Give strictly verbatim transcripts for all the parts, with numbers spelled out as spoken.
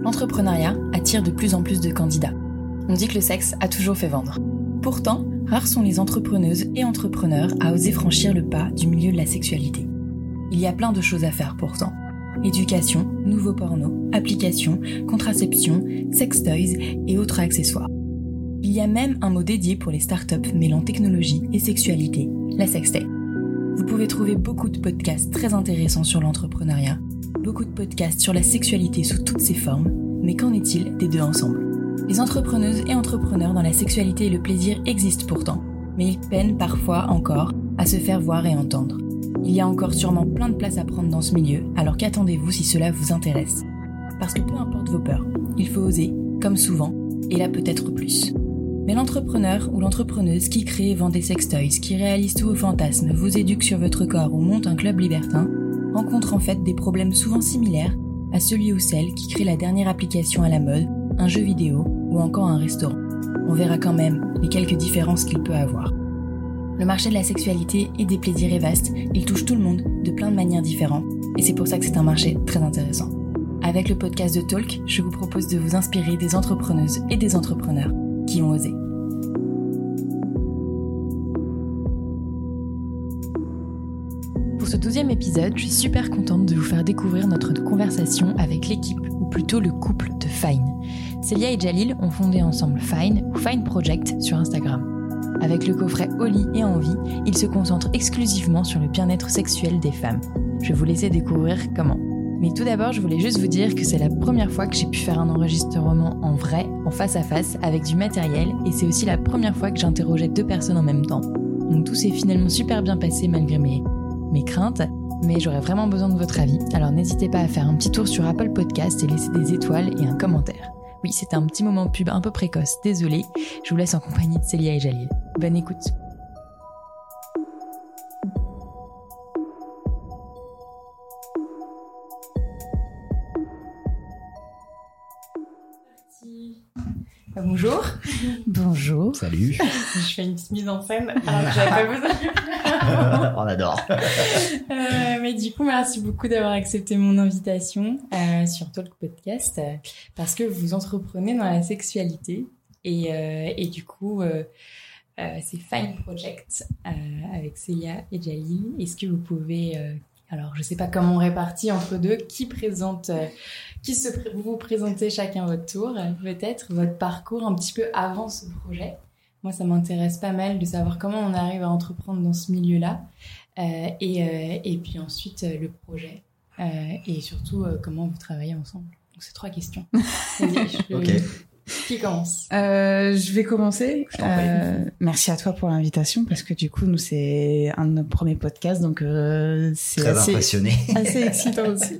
l'entrepreneuriat attire de plus en plus de candidats. On dit que le sexe a toujours fait vendre. Pourtant, rares sont les entrepreneuses et entrepreneurs à oser franchir le pas du milieu de la sexualité. Il y a plein de choses à faire pourtant. Éducation, nouveaux pornos, applications, contraception, sextoys et autres accessoires. Il y a même un mot dédié pour les startups mêlant technologie et sexualité, la sextech. Vous pouvez trouver beaucoup de podcasts très intéressants sur l'entrepreneuriat, beaucoup de podcasts sur la sexualité sous toutes ses formes, mais qu'en est-il des deux ensemble ? Les entrepreneuses et entrepreneurs dans la sexualité et le plaisir existent pourtant, mais ils peinent parfois encore à se faire voir et entendre. Il y a encore sûrement plein de place à prendre dans ce milieu, alors qu'attendez-vous si cela vous intéresse ? Parce que peu importe vos peurs, il faut oser, comme souvent, et là peut-être plus. Mais l'entrepreneur ou l'entrepreneuse qui crée et vend des sextoys, qui réalise tous vos fantasmes, vous éduque sur votre corps ou monte un club libertin, rencontre en fait des problèmes souvent similaires à celui ou celle qui crée la dernière application à la mode, un jeu vidéo ou encore un restaurant. On verra quand même les quelques différences qu'il peut avoir. Le marché de la sexualité et des plaisirs est vaste, il touche tout le monde de plein de manières différentes et c'est pour ça que c'est un marché très intéressant. Avec le podcast de Talk, je vous propose de vous inspirer des entrepreneuses et des entrepreneurs qui ont osé. Pour ce douzième épisode, je suis super contente de vous faire découvrir notre conversation avec l'équipe, ou plutôt le couple de Fine. Célia et Jalil ont fondé ensemble Fine, ou Fine Project, sur Instagram. Avec le coffret Oli et Envie, ils se concentrent exclusivement sur le bien-être sexuel des femmes. Je vais vous laisser découvrir comment. Mais tout d'abord, je voulais juste vous dire que c'est la première fois que j'ai pu faire un enregistrement en vrai, en face à face, avec du matériel, et c'est aussi la première fois que j'interrogeais deux personnes en même temps. Donc tout s'est finalement super bien passé malgré mes, mes craintes, mais j'aurais vraiment besoin de votre avis, alors n'hésitez pas à faire un petit tour sur Apple Podcast et laisser des étoiles et un commentaire. Oui, c'était un petit moment pub un peu précoce, désolée, je vous laisse en compagnie de Célia et Jalil. Bonne écoute. Bonjour. Bonjour. Salut. Je fais une petite mise en scène alors que j'avais pas besoin. On adore. euh, mais du coup, merci beaucoup d'avoir accepté mon invitation euh, sur Talk Podcast euh, parce que vous entreprenez dans la sexualité et, euh, et du coup, euh, euh, c'est Fine Project euh, avec Célia et Jalil. Est-ce que vous pouvez... Euh, alors, je sais pas comment on répartit entre deux. Qui présente, euh, qui se pré- vous vous présentez chacun votre tour, euh, peut-être votre parcours un petit peu avant ce projet. Moi, ça m'intéresse pas mal de savoir comment on arrive à entreprendre dans ce milieu-là, euh, et euh, et puis ensuite euh, le projet euh, et surtout euh, comment vous travaillez ensemble. Donc, c'est trois questions. je... Ok. Qui commence ? euh, Je vais commencer. Euh, merci à toi pour l'invitation parce que du coup, nous, c'est un de nos premiers podcasts, donc euh, c'est Très assez, impressionné. assez excitant aussi.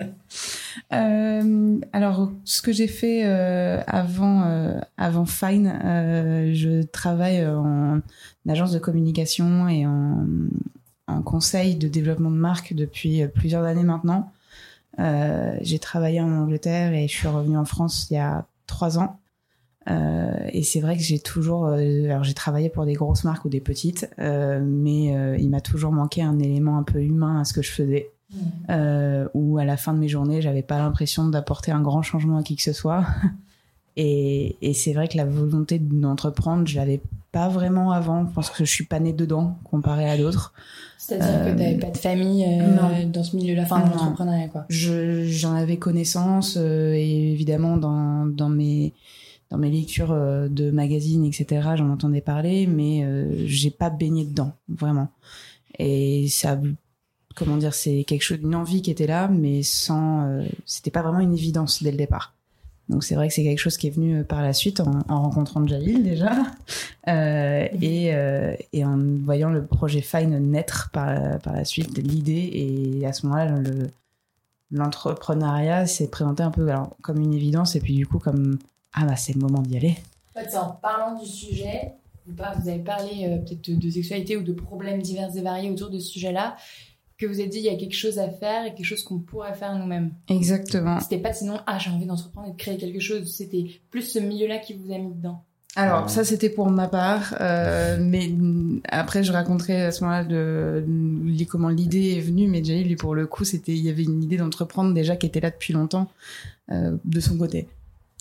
Euh, alors, ce que j'ai fait euh, avant, euh, avant Fine, euh, je travaille en agence de communication et en, en conseil de développement de marque depuis plusieurs années maintenant. Euh, j'ai travaillé en Angleterre et je suis revenue en France il y a trois ans. Euh, et c'est vrai que j'ai toujours, euh, alors j'ai travaillé pour des grosses marques ou des petites, euh, mais euh, il m'a toujours manqué un élément un peu humain à ce que je faisais, mmh. euh, où à la fin de mes journées, j'avais pas l'impression d'apporter un grand changement à qui que ce soit. Et, et c'est vrai que la volonté d'entreprendre, je l'avais pas vraiment avant. Je pense que je suis pas née dedans comparé à d'autres. C'est-à-dire euh, que t'avais pas de famille euh, dans ce milieu-là, enfin dans l'entrepreneuriat, quoi. Je, j'en avais connaissance, euh, et évidemment dans, dans mes dans mes lectures euh, de magazines, et cetera, j'en entendais parler, mais euh, j'ai pas baigné dedans, vraiment. Et ça, comment dire, c'est quelque chose, une envie qui était là, mais sans, euh, c'était pas vraiment une évidence dès le départ. Donc c'est vrai que c'est quelque chose qui est venu par la suite en, en rencontrant Jalil déjà, euh, et, euh, et en voyant le projet Fine naître par, par la suite, l'idée, et à ce moment-là, le, l'entrepreneuriat s'est présenté un peu alors, comme une évidence, et puis du coup comme ah bah c'est le moment d'y aller. En fait, c'est en parlant du sujet, vous avez parlé euh, peut-être de, de sexualité ou de problèmes divers et variés autour de ce sujet-là, que vous avez dit il y a quelque chose à faire et quelque chose qu'on pourrait faire nous-mêmes. Exactement. C'était pas sinon ah j'ai envie d'entreprendre et de créer quelque chose, c'était plus ce milieu-là qui vous a mis dedans. Alors ça c'était pour ma part, euh, mais après je raconterai à ce moment-là de, de comment l'idée est venue, mais Jalil lui pour le coup c'était il y avait une idée d'entreprendre déjà qui était là depuis longtemps euh, de son côté.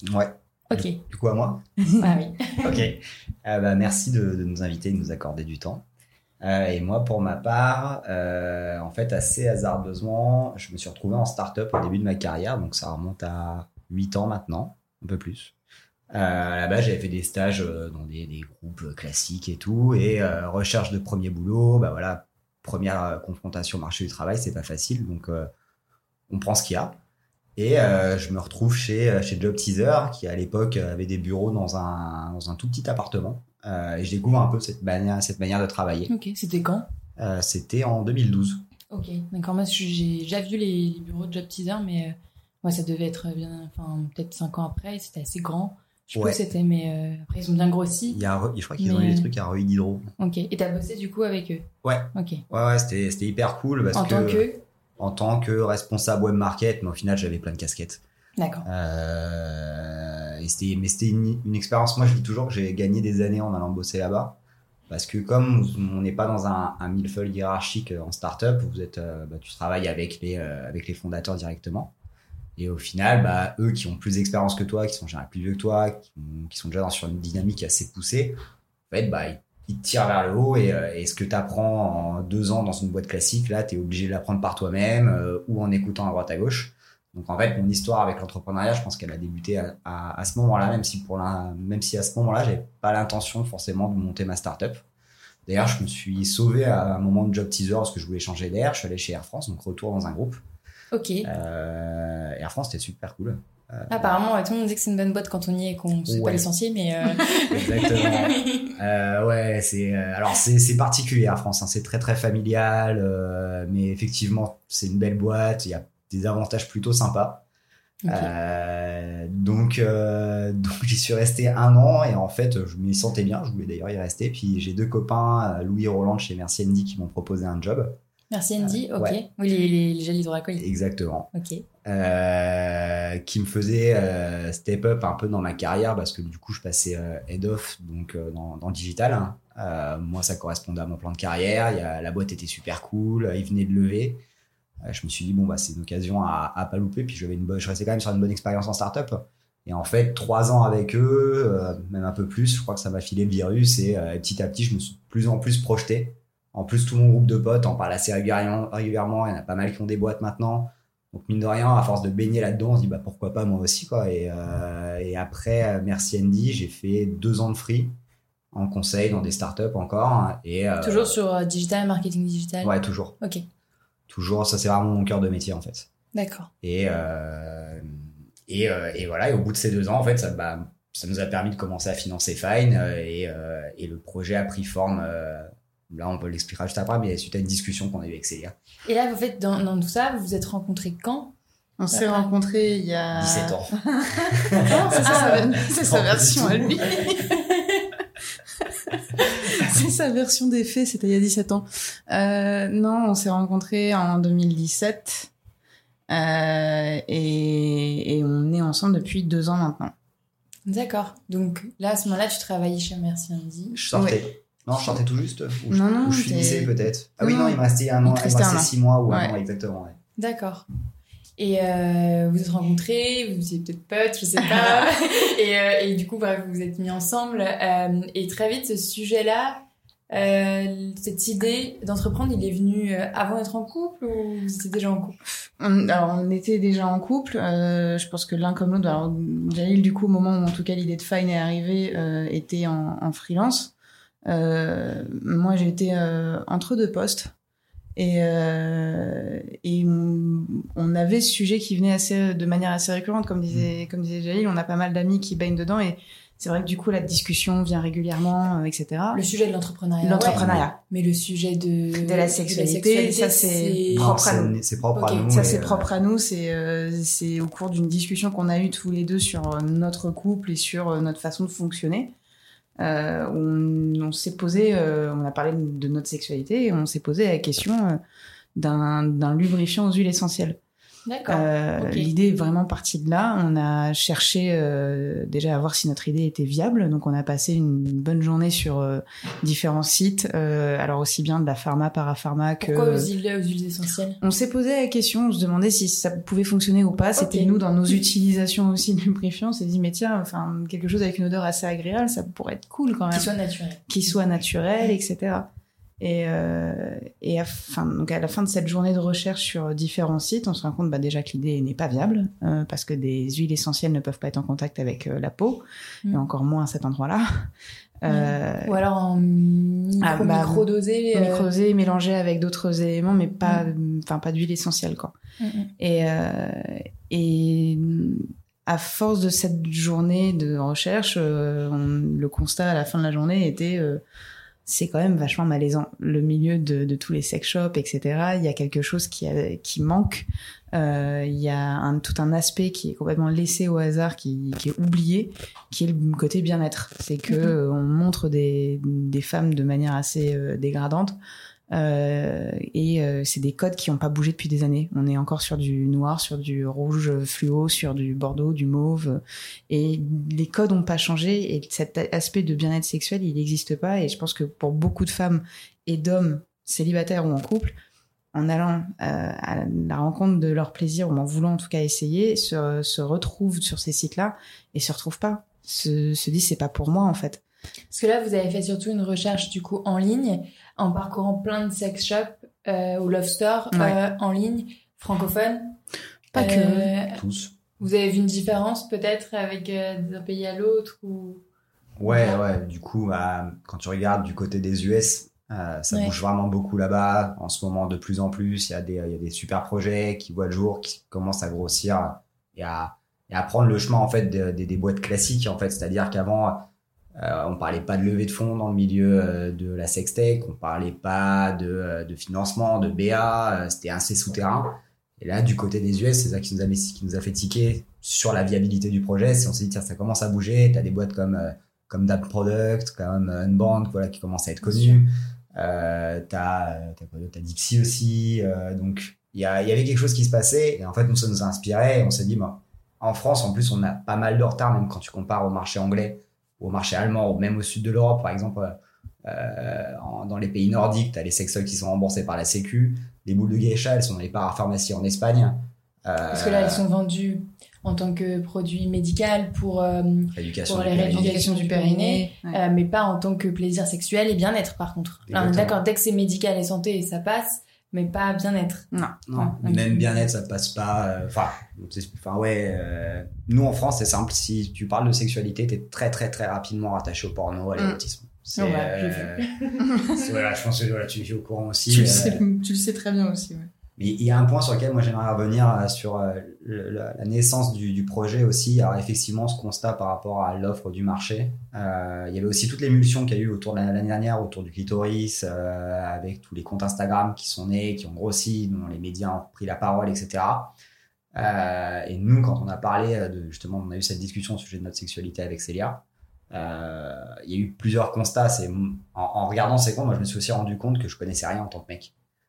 Ouais. Ok. Du, du coup, à moi. Ah oui. Ok. Euh, bah, merci de, de nous inviter, de nous accorder du temps. Euh, et moi, pour ma part, euh, en fait, assez hasardeusement, je me suis retrouvé en start-up au début de ma carrière, donc ça remonte à huit ans maintenant, un peu plus. Euh, là-bas, j'avais fait des stages euh, dans des, des groupes classiques et tout, et euh, recherche de premier boulot, bah voilà, première euh, confrontation au marché du travail, c'est pas facile, donc euh, on prend ce qu'il y a. Et euh, je me retrouve chez, chez Job Teaser, qui à l'époque avait des bureaux dans un, dans un tout petit appartement. Euh, et je découvre un peu cette manière, cette manière de travailler. Ok, c'était quand? Euh, c'était en deux mille douze. Ok, d'accord. Moi, j'ai déjà vu les, les bureaux de Job Teaser, mais euh, ouais, ça devait être bien, enfin, peut-être cinq ans après, c'était assez grand. Je sais Ouais. pas où c'était, mais euh, après, ils ont bien grossi. Il y a, je crois qu'ils Mais... ont eu des trucs à Rue d'Hydro. Ok, et t'as bossé du coup avec eux? Ouais. Ok. Ouais, ouais, c'était, c'était hyper cool. Parce en que, tant que En tant que responsable web market, mais au final, j'avais plein de casquettes. D'accord. Euh, et c'était, mais c'était une, une expérience. Moi, je dis toujours que j'ai gagné des années en allant bosser là-bas. Parce que comme on n'est pas dans un, un millefeuille hiérarchique en start-up, vous êtes, euh, bah, tu travailles avec les, euh, avec les fondateurs directement. Et au final, bah, eux qui ont plus d'expérience que toi, qui sont généralement plus vieux que toi, qui, ont, qui sont déjà dans, sur une dynamique assez poussée, en fait, bah, ils, ils te tirent vers le haut. Et, euh, et ce que tu apprends en deux ans dans une boîte classique, là, tu es obligé de l'apprendre par toi-même euh, ou en écoutant à droite à gauche. Donc en fait, mon histoire avec l'entrepreneuriat, je pense qu'elle a débuté à, à, à ce moment-là, même si pour la, même si à ce moment-là, j'avais pas l'intention forcément de monter ma startup. D'ailleurs, je me suis sauvé à un moment de Job Teaser parce que je voulais changer d'air. Je suis allé chez Air France, donc retour dans un groupe. Ok. Euh, Air France, c'était super cool. Euh, Apparemment, tout le monde dit que c'est une bonne boîte quand on y est et qu'on ne se fait ouais. pas licencier, mais... Euh... Exactement. euh, ouais, c'est... Euh, alors, c'est, c'est particulier Air France, hein, c'est très, très familial, euh, mais effectivement, c'est une belle boîte, il y a des avantages plutôt sympas. Okay. Euh, donc, euh, donc, j'y suis resté un an et en fait, je m'y sentais bien, je voulais d'ailleurs y rester. Puis, j'ai deux copains, Louis et Roland de chez Merci Andy, qui m'ont proposé un job. Merci Andy, euh, ok. Ouais. Oui, les, les, les gels hydroalcooliques. Exactement. Ok. Euh, qui me faisait euh, step up un peu dans ma carrière parce que du coup je passais euh, head off donc euh, dans, dans le digital. Hein. Euh, moi ça correspondait à mon plan de carrière. Il y a, la boîte était super cool, ils venaient de lever. Euh, je me suis dit bon bah c'est une occasion à, à pas louper. Puis j'avais une bonne, je restais quand même sur une bonne expérience en startup. Et en fait trois ans avec eux, euh, même un peu plus, je crois que ça m'a filé le virus et euh, petit à petit je me suis de plus en plus projeté. En plus tout mon groupe de potes en parle assez régulièrement. régulièrement. Il y en a pas mal qui ont des boîtes maintenant. Donc mine de rien, à force de baigner là-dedans, on se dit bah pourquoi pas moi aussi quoi. Et, euh, et après Merci Andy, j'ai fait deux ans de free en conseil dans des startups encore. Et euh, toujours sur euh, digital, marketing digital. Ouais, toujours. Ok. Toujours, ça c'est vraiment mon cœur de métier en fait. D'accord. Et euh, et, euh, et voilà. Et au bout de ces deux ans, en fait, ça bah ça nous a permis de commencer à financer Fine euh, et euh, et le projet a pris forme. Euh, Là, on peut l'expliquer juste après, mais suite à une discussion qu'on a eue avec Célia. Et là, vous faites dans, dans tout ça, vous vous êtes rencontrés quand? On s'est rencontrés il y a... dix-sept ans. Non, c'est ça, ah, c'est sa version à lui. C'est sa version des faits, c'était il y a dix-sept ans. Euh, non, on s'est rencontrés en deux mille dix-sept. Euh, et, et on est ensemble depuis deux ans maintenant. D'accord. Donc là, à ce moment-là, tu travaillais chez Merci Andy. Je sortais. Oui. Non, je sortais tout juste. Ou je, non, non, ou je finissais peut-être. Ah oui, non, il me restait un an, il me restait six mois ou un an, exactement. Ouais. D'accord. Et euh, vous vous êtes rencontrés, vous étiez peut-être potes, je sais pas. et, euh, et du coup, bref, vous vous êtes mis ensemble. Euh, et très vite, ce sujet-là, euh, cette idée d'entreprendre, il est venu avant d'être en couple ou vous étiez déjà en couple? Alors, on était déjà en couple. Euh, je pense que l'un comme l'autre. Alors, Jalil, du coup, au moment où en tout cas l'idée de Fine est arrivée, euh, était en, en freelance. Euh, moi, j'ai été euh, entre deux postes et, euh, et on, on avait ce sujet qui venait assez, de manière assez récurrente, comme disait, comme disait Jalil. On a pas mal d'amis qui baignent dedans et c'est vrai que du coup, la discussion vient régulièrement, euh, et cetera. Le sujet de l'entrepreneuriat. L'entrepreneuriat. Ouais, mais le sujet de, de la sexualité, de la sexualité ça c'est, c'est... propre non, à nous. C'est propre okay. à nous. Ça et... c'est propre à nous. C'est, euh, c'est au cours d'une discussion qu'on a eue tous les deux sur notre couple et sur notre façon de fonctionner. Euh, on, on s'est posé, euh, on a parlé de notre sexualité et on s'est posé la question euh, d'un, d'un lubrifiant aux huiles essentielles. D'accord. Euh, okay. L'idée est vraiment partie de là. On a cherché euh, déjà à voir si notre idée était viable. Donc, on a passé une bonne journée sur euh, différents sites. Euh, alors, aussi bien de la pharma, parapharma que... Pourquoi aux huiles, aux huiles essentielles ? On s'est posé la question, on se demandait si ça pouvait fonctionner ou pas. C'était okay. nous, dans nos utilisations aussi de lubrifiants, on s'est dit, mais tiens, enfin, quelque chose avec une odeur assez agréable, ça pourrait être cool quand même. Qui soit naturel. Qui soit naturel, et cetera. Et, euh, et à, fin, donc à la fin de cette journée de recherche sur différents sites, on se rend compte bah, déjà que l'idée n'est pas viable, euh, parce que des huiles essentielles ne peuvent pas être en contact avec euh, la peau, mmh. et encore moins à cet endroit-là. Euh, Ou alors en micro, ah, bah, micro-dosé. Euh... Micro-dosé, mélangé avec d'autres éléments, mais pas, enfin, mmh. pas d'huile essentielle, quoi. Mmh. Et, euh, et à force de cette journée de recherche, euh, on, le constat à la fin de la journée était... Euh, c'est quand même vachement malaisant. Le milieu de, de tous les sex shops, et cetera, il y a quelque chose qui, a, qui manque. Euh, il y a un, tout un aspect qui est complètement laissé au hasard, qui, qui est oublié, qui est le côté bien-être. C'est que mm-hmm. euh, on montre des, des femmes de manière assez euh, dégradante. Euh, et euh, c'est des codes qui n'ont pas bougé depuis des années. On est encore sur du noir, sur du rouge fluo, sur du bordeaux, du mauve, et les codes n'ont pas changé, et cet aspect de bien-être sexuel il n'existe pas. Et je pense que pour beaucoup de femmes et d'hommes célibataires ou en couple, en allant euh, à la rencontre de leur plaisir, ou en voulant en tout cas essayer, se, se retrouvent sur ces sites-là et se retrouvent pas, se, se disent c'est pas pour moi en fait. Parce que là, vous avez fait surtout une recherche du coup en ligne, en parcourant plein de sex shops euh, ou love stores ouais. euh, en ligne, francophones. Pas euh, que. Tous. Vous avez vu une différence peut-être avec euh, d'un pays à l'autre ou... Ouais, ouais. Du coup, bah, quand tu regardes du côté des U S, euh, ça ouais. bouge vraiment beaucoup là-bas. En ce moment, de plus en plus, il y a des, il y a des super projets qui voient le jour, qui commencent à grossir et à, et à prendre le chemin en fait des, des, des boîtes classiques en fait. C'est-à-dire qu'avant. Euh, on parlait pas de levée de fonds dans le milieu euh, de la sextech, on parlait pas de, euh, de financement, de B A, euh, c'était assez souterrain. Et là, du côté des U S, c'est ça qui nous a, qui nous a fait tiquer sur la viabilité du projet. C'est on s'est dit, tiens, ça commence à bouger. T'as des boîtes comme, euh, comme Dab Product, comme Unbound, voilà, qui commencent à être connues. Euh, t'as, t'as, t'as Dipsy aussi. Euh, donc, il y, a, y avait quelque chose qui se passait. Et en fait, nous, ça nous a inspiré. Et on s'est dit, bah, en France, en plus, on a pas mal de retard, même quand tu compares au marché anglais, au marché allemand, ou même au sud de l'Europe, par exemple, euh, en, dans les pays nordiques, tu as les sextoys qui sont remboursés par la Sécu. Les boules de geisha, elles sont dans les parapharmacies en Espagne. Euh, Parce que là, elles sont vendues en tant que produit médical pour, euh, pour les rééducations du périnée, ouais. euh, mais pas en tant que plaisir sexuel et bien-être, par contre. Là, d'accord, dès que c'est médical et santé, ça passe, mais pas bien-être. Non. non. Ouais. Même bien-être, ça passe pas. Enfin, euh, enfin ouais. Euh, nous en France, c'est simple. Si tu parles de sexualité, t'es très très très rapidement rattaché au porno, à l'érotisme. Mm. C'est, oh, bah, euh, c'est, voilà, je pense que voilà, tu es au courant aussi. Tu, euh, le, sais, tu le sais très bien aussi. Ouais. Mais il y a un point sur lequel moi j'aimerais revenir sur euh, le, la, la naissance du, du projet aussi. Alors effectivement, ce constat par rapport à l'offre du marché. Euh, il y avait aussi toute l'émulsion qu'il y a eu autour de l'année dernière, autour du clitoris, euh, avec tous les comptes Instagram qui sont nés, qui ont grossi, dont les médias ont pris la parole, et cetera. Euh, et nous, quand on a parlé de justement, on a eu cette discussion au sujet de notre sexualité avec Célia. Euh, il y a eu plusieurs constats. C'est en, en regardant ces comptes, moi je me suis aussi rendu compte que je connaissais rien en tant que mec.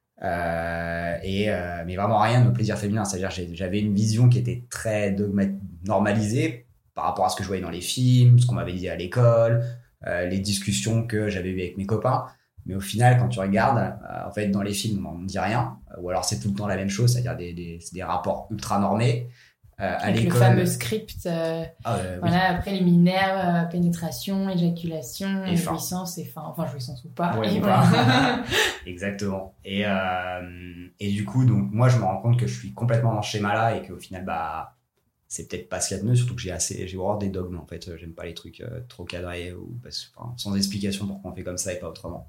Euh, et euh, mais vraiment rien de plaisir féminin, c'est-à-dire j'ai, j'avais une vision qui était très dogmat- normalisée par rapport à ce que je voyais dans les films, ce qu'on m'avait dit à l'école, euh, les discussions que j'avais eues avec mes copains. Mais au final, quand tu regardes, euh, en fait, dans les films, on ne dit rien, ou alors c'est tout le temps la même chose, c'est-à-dire des, des, c'est des rapports ultra normés. Euh, à Avec l'école. Le fameux script, euh, ah, euh, voilà, oui. Préliminaire, euh, pénétration, éjaculation, et jouissance, et fin, enfin jouissance ou pas. Ouais, et ou pas. Exactement. Et, euh, et du coup, donc, moi, je me rends compte que je suis complètement dans ce schéma-là et qu'au final, bah, c'est peut-être pas ce qu'il y a de mieux, surtout que j'ai assez, j'ai horreur des dogmes, en fait. J'aime pas les trucs euh, trop cadrés ou parce, enfin, sans explication pourquoi on fait comme ça et pas autrement.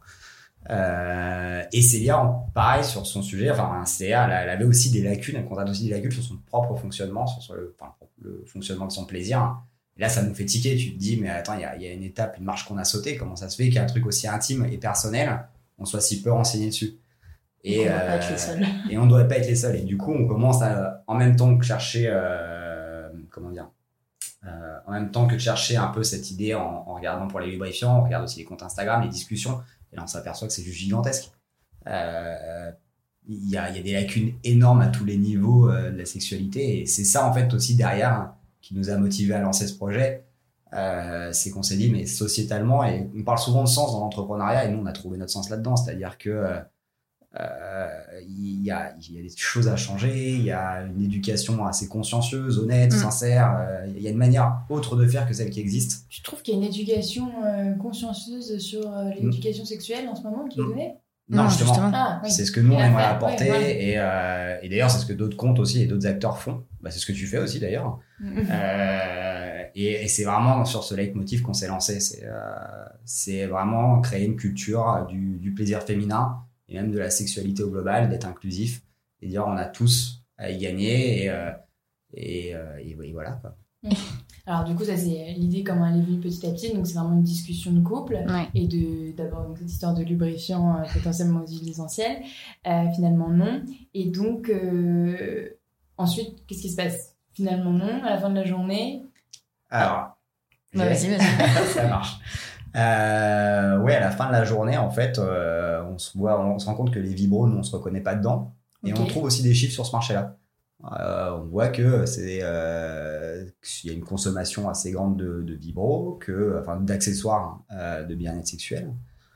Euh, et Célia, pareil sur son sujet, enfin Célia, elle, elle avait aussi des lacunes, elle constate aussi des lacunes sur son propre fonctionnement, sur, sur le, enfin, le fonctionnement de son plaisir. Et là, ça nous fait tiquer. Tu te dis, mais attends, il y a, y a une étape, une marche qu'on a sautée. Comment ça se fait qu'il y a un truc aussi intime et personnel, on soit si peu renseigné dessus? Et, et on euh, doit pas être les seuls. Et on doit pas être les seuls. Et du coup, on commence à, en même temps que chercher, euh, comment dire, euh, en même temps que de chercher un peu cette idée en, en regardant pour les lubrifiants, on regarde aussi les comptes Instagram, les discussions. Et là, on s'aperçoit que c'est juste gigantesque. Euh, il y a, il y a des lacunes énormes à tous les niveaux euh, de la sexualité. Et c'est ça, en fait, aussi derrière qui nous a motivés à lancer ce projet. Euh, c'est qu'on s'est dit, mais sociétalement, et on parle souvent de sens dans l'entrepreneuriat, et nous, on a trouvé notre sens là-dedans. C'est-à-dire que euh, euh, il y a, il y a des choses à changer, il y a une éducation assez consciencieuse, honnête, mmh. sincère. Euh, il y a une manière autre de faire que celle qui existe. Tu trouves qu'il y a une éducation euh, consciencieuse sur euh, l'éducation mmh. sexuelle en ce moment qui est donnée ? Non, non, justement, justement. Ah, oui. C'est ce que nous, on aimerait fait, apporter. Ouais, ouais. Et, euh, et d'ailleurs, c'est ce que d'autres comptes aussi et d'autres acteurs font. Bah, c'est ce que tu fais aussi, d'ailleurs. Mmh. Euh, et, et c'est vraiment sur ce leitmotiv qu'on s'est lancé. C'est, euh, c'est vraiment créer une culture du, du plaisir féminin et même de la sexualité au global, d'être inclusif et dire on a tous à y gagner. Et, euh, et, euh, et, et voilà, quoi. Mmh. Alors du coup, ça c'est l'idée comment elle est venue petit à petit, donc c'est vraiment une discussion de couple ouais. et de d'abord donc, cette histoire de lubrifiant euh, potentiellement aux huiles essentielles, euh, finalement non. Et donc euh, ensuite, qu'est-ce qui se passe ? Finalement non, à la fin de la journée. Alors, bah, vas-y, vas-y. Ça marche. Euh, ouais, à la fin de la journée, en fait, euh, on se voit, on se rend compte que les vibros, nous, on se reconnaît pas dedans, et okay. on trouve aussi des chiffres sur ce marché-là. Euh, on voit que c'est euh, qu'il y a une consommation assez grande de, de vibros, que, enfin d'accessoires euh, de bien-être sexuel.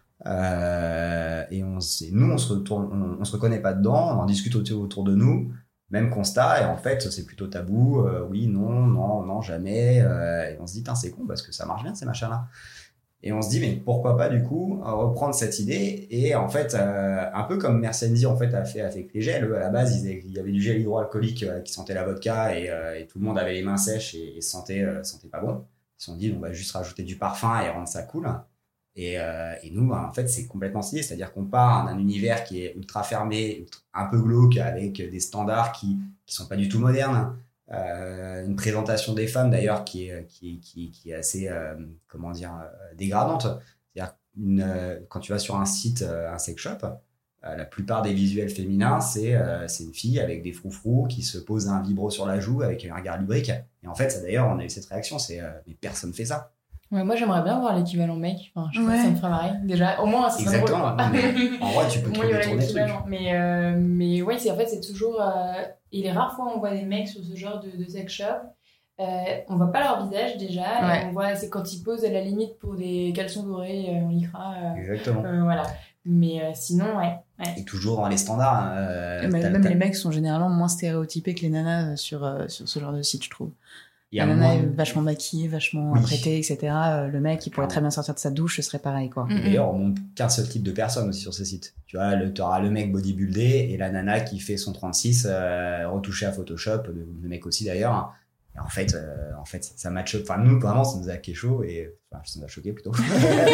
Euh, et on, nous, on se retourne, on, on se reconnaît pas dedans, on en discute autour, autour de nous, même constat. Et en fait, c'est plutôt tabou. Euh, oui, non, non, non, jamais. Euh, et on se dit, c'est con parce que ça marche bien ces machins-là. Et on se dit, mais pourquoi pas du coup reprendre cette idée et en fait, euh, un peu comme Mercendi en fait a fait avec les gels. Eux, à la base, ils il y avait du gel hydroalcoolique euh, qui sentait la vodka et, euh, et tout le monde avait les mains sèches et, et sentait euh, sentait pas bon. Ils se sont dit, on va juste rajouter du parfum et rendre ça cool. Et, euh, et nous, en fait, c'est complètement stylé. C'est-à-dire qu'on part d'un univers qui est ultra fermé, ultra, un peu glauque, avec des standards qui qui sont pas du tout modernes. Euh, une présentation des femmes d'ailleurs qui est qui qui qui est assez euh, comment dire euh, dégradante. C'est-à-dire une, euh, quand tu vas sur un site, euh, un sex shop, euh, la plupart des visuels féminins c'est euh, c'est une fille avec des froufrous qui se pose un vibro sur la joue avec un regard lubrique. Et en fait, ça d'ailleurs, on a eu cette réaction, c'est euh, mais personne fait ça. Ouais, moi j'aimerais bien voir l'équivalent mec. Enfin, je ouais. pense que ça me ferait marrer. Déjà, au moins ça serait drôle. Exactement. En vrai, tu peux trouver des trucs. Mais euh, mais ouais, c'est en fait c'est toujours. Euh, et les rares fois où on voit des mecs sur ce genre de, de sex shop, euh, on voit pas leur visage déjà. Ouais. Et on voit c'est quand ils posent à la limite pour des caleçons dorés euh, en lycra. Euh, Exactement. Euh, voilà. Mais euh, sinon, ouais, ouais. Et toujours dans les standards. Euh, mais même les mecs sont généralement moins stéréotypés que les nanas sur euh, sur ce genre de site, je trouve. Il y a la nana moins... est vachement maquillée, vachement oui. apprêtée, et cetera. Le mec, il pourrait très bien sortir de sa douche, ce serait pareil, quoi. Mm-hmm. D'ailleurs, on montre qu'un seul type de personne aussi sur ces sites. Tu vois, le, t'auras le mec bodybuildé et la nana qui fait son trente-six, euh, retouché à Photoshop, le, le mec aussi d'ailleurs. Et en fait, euh, en fait, ça match. Enfin, nous, vraiment, ça nous a kécho et, enfin, ça nous a choqué plutôt. Pas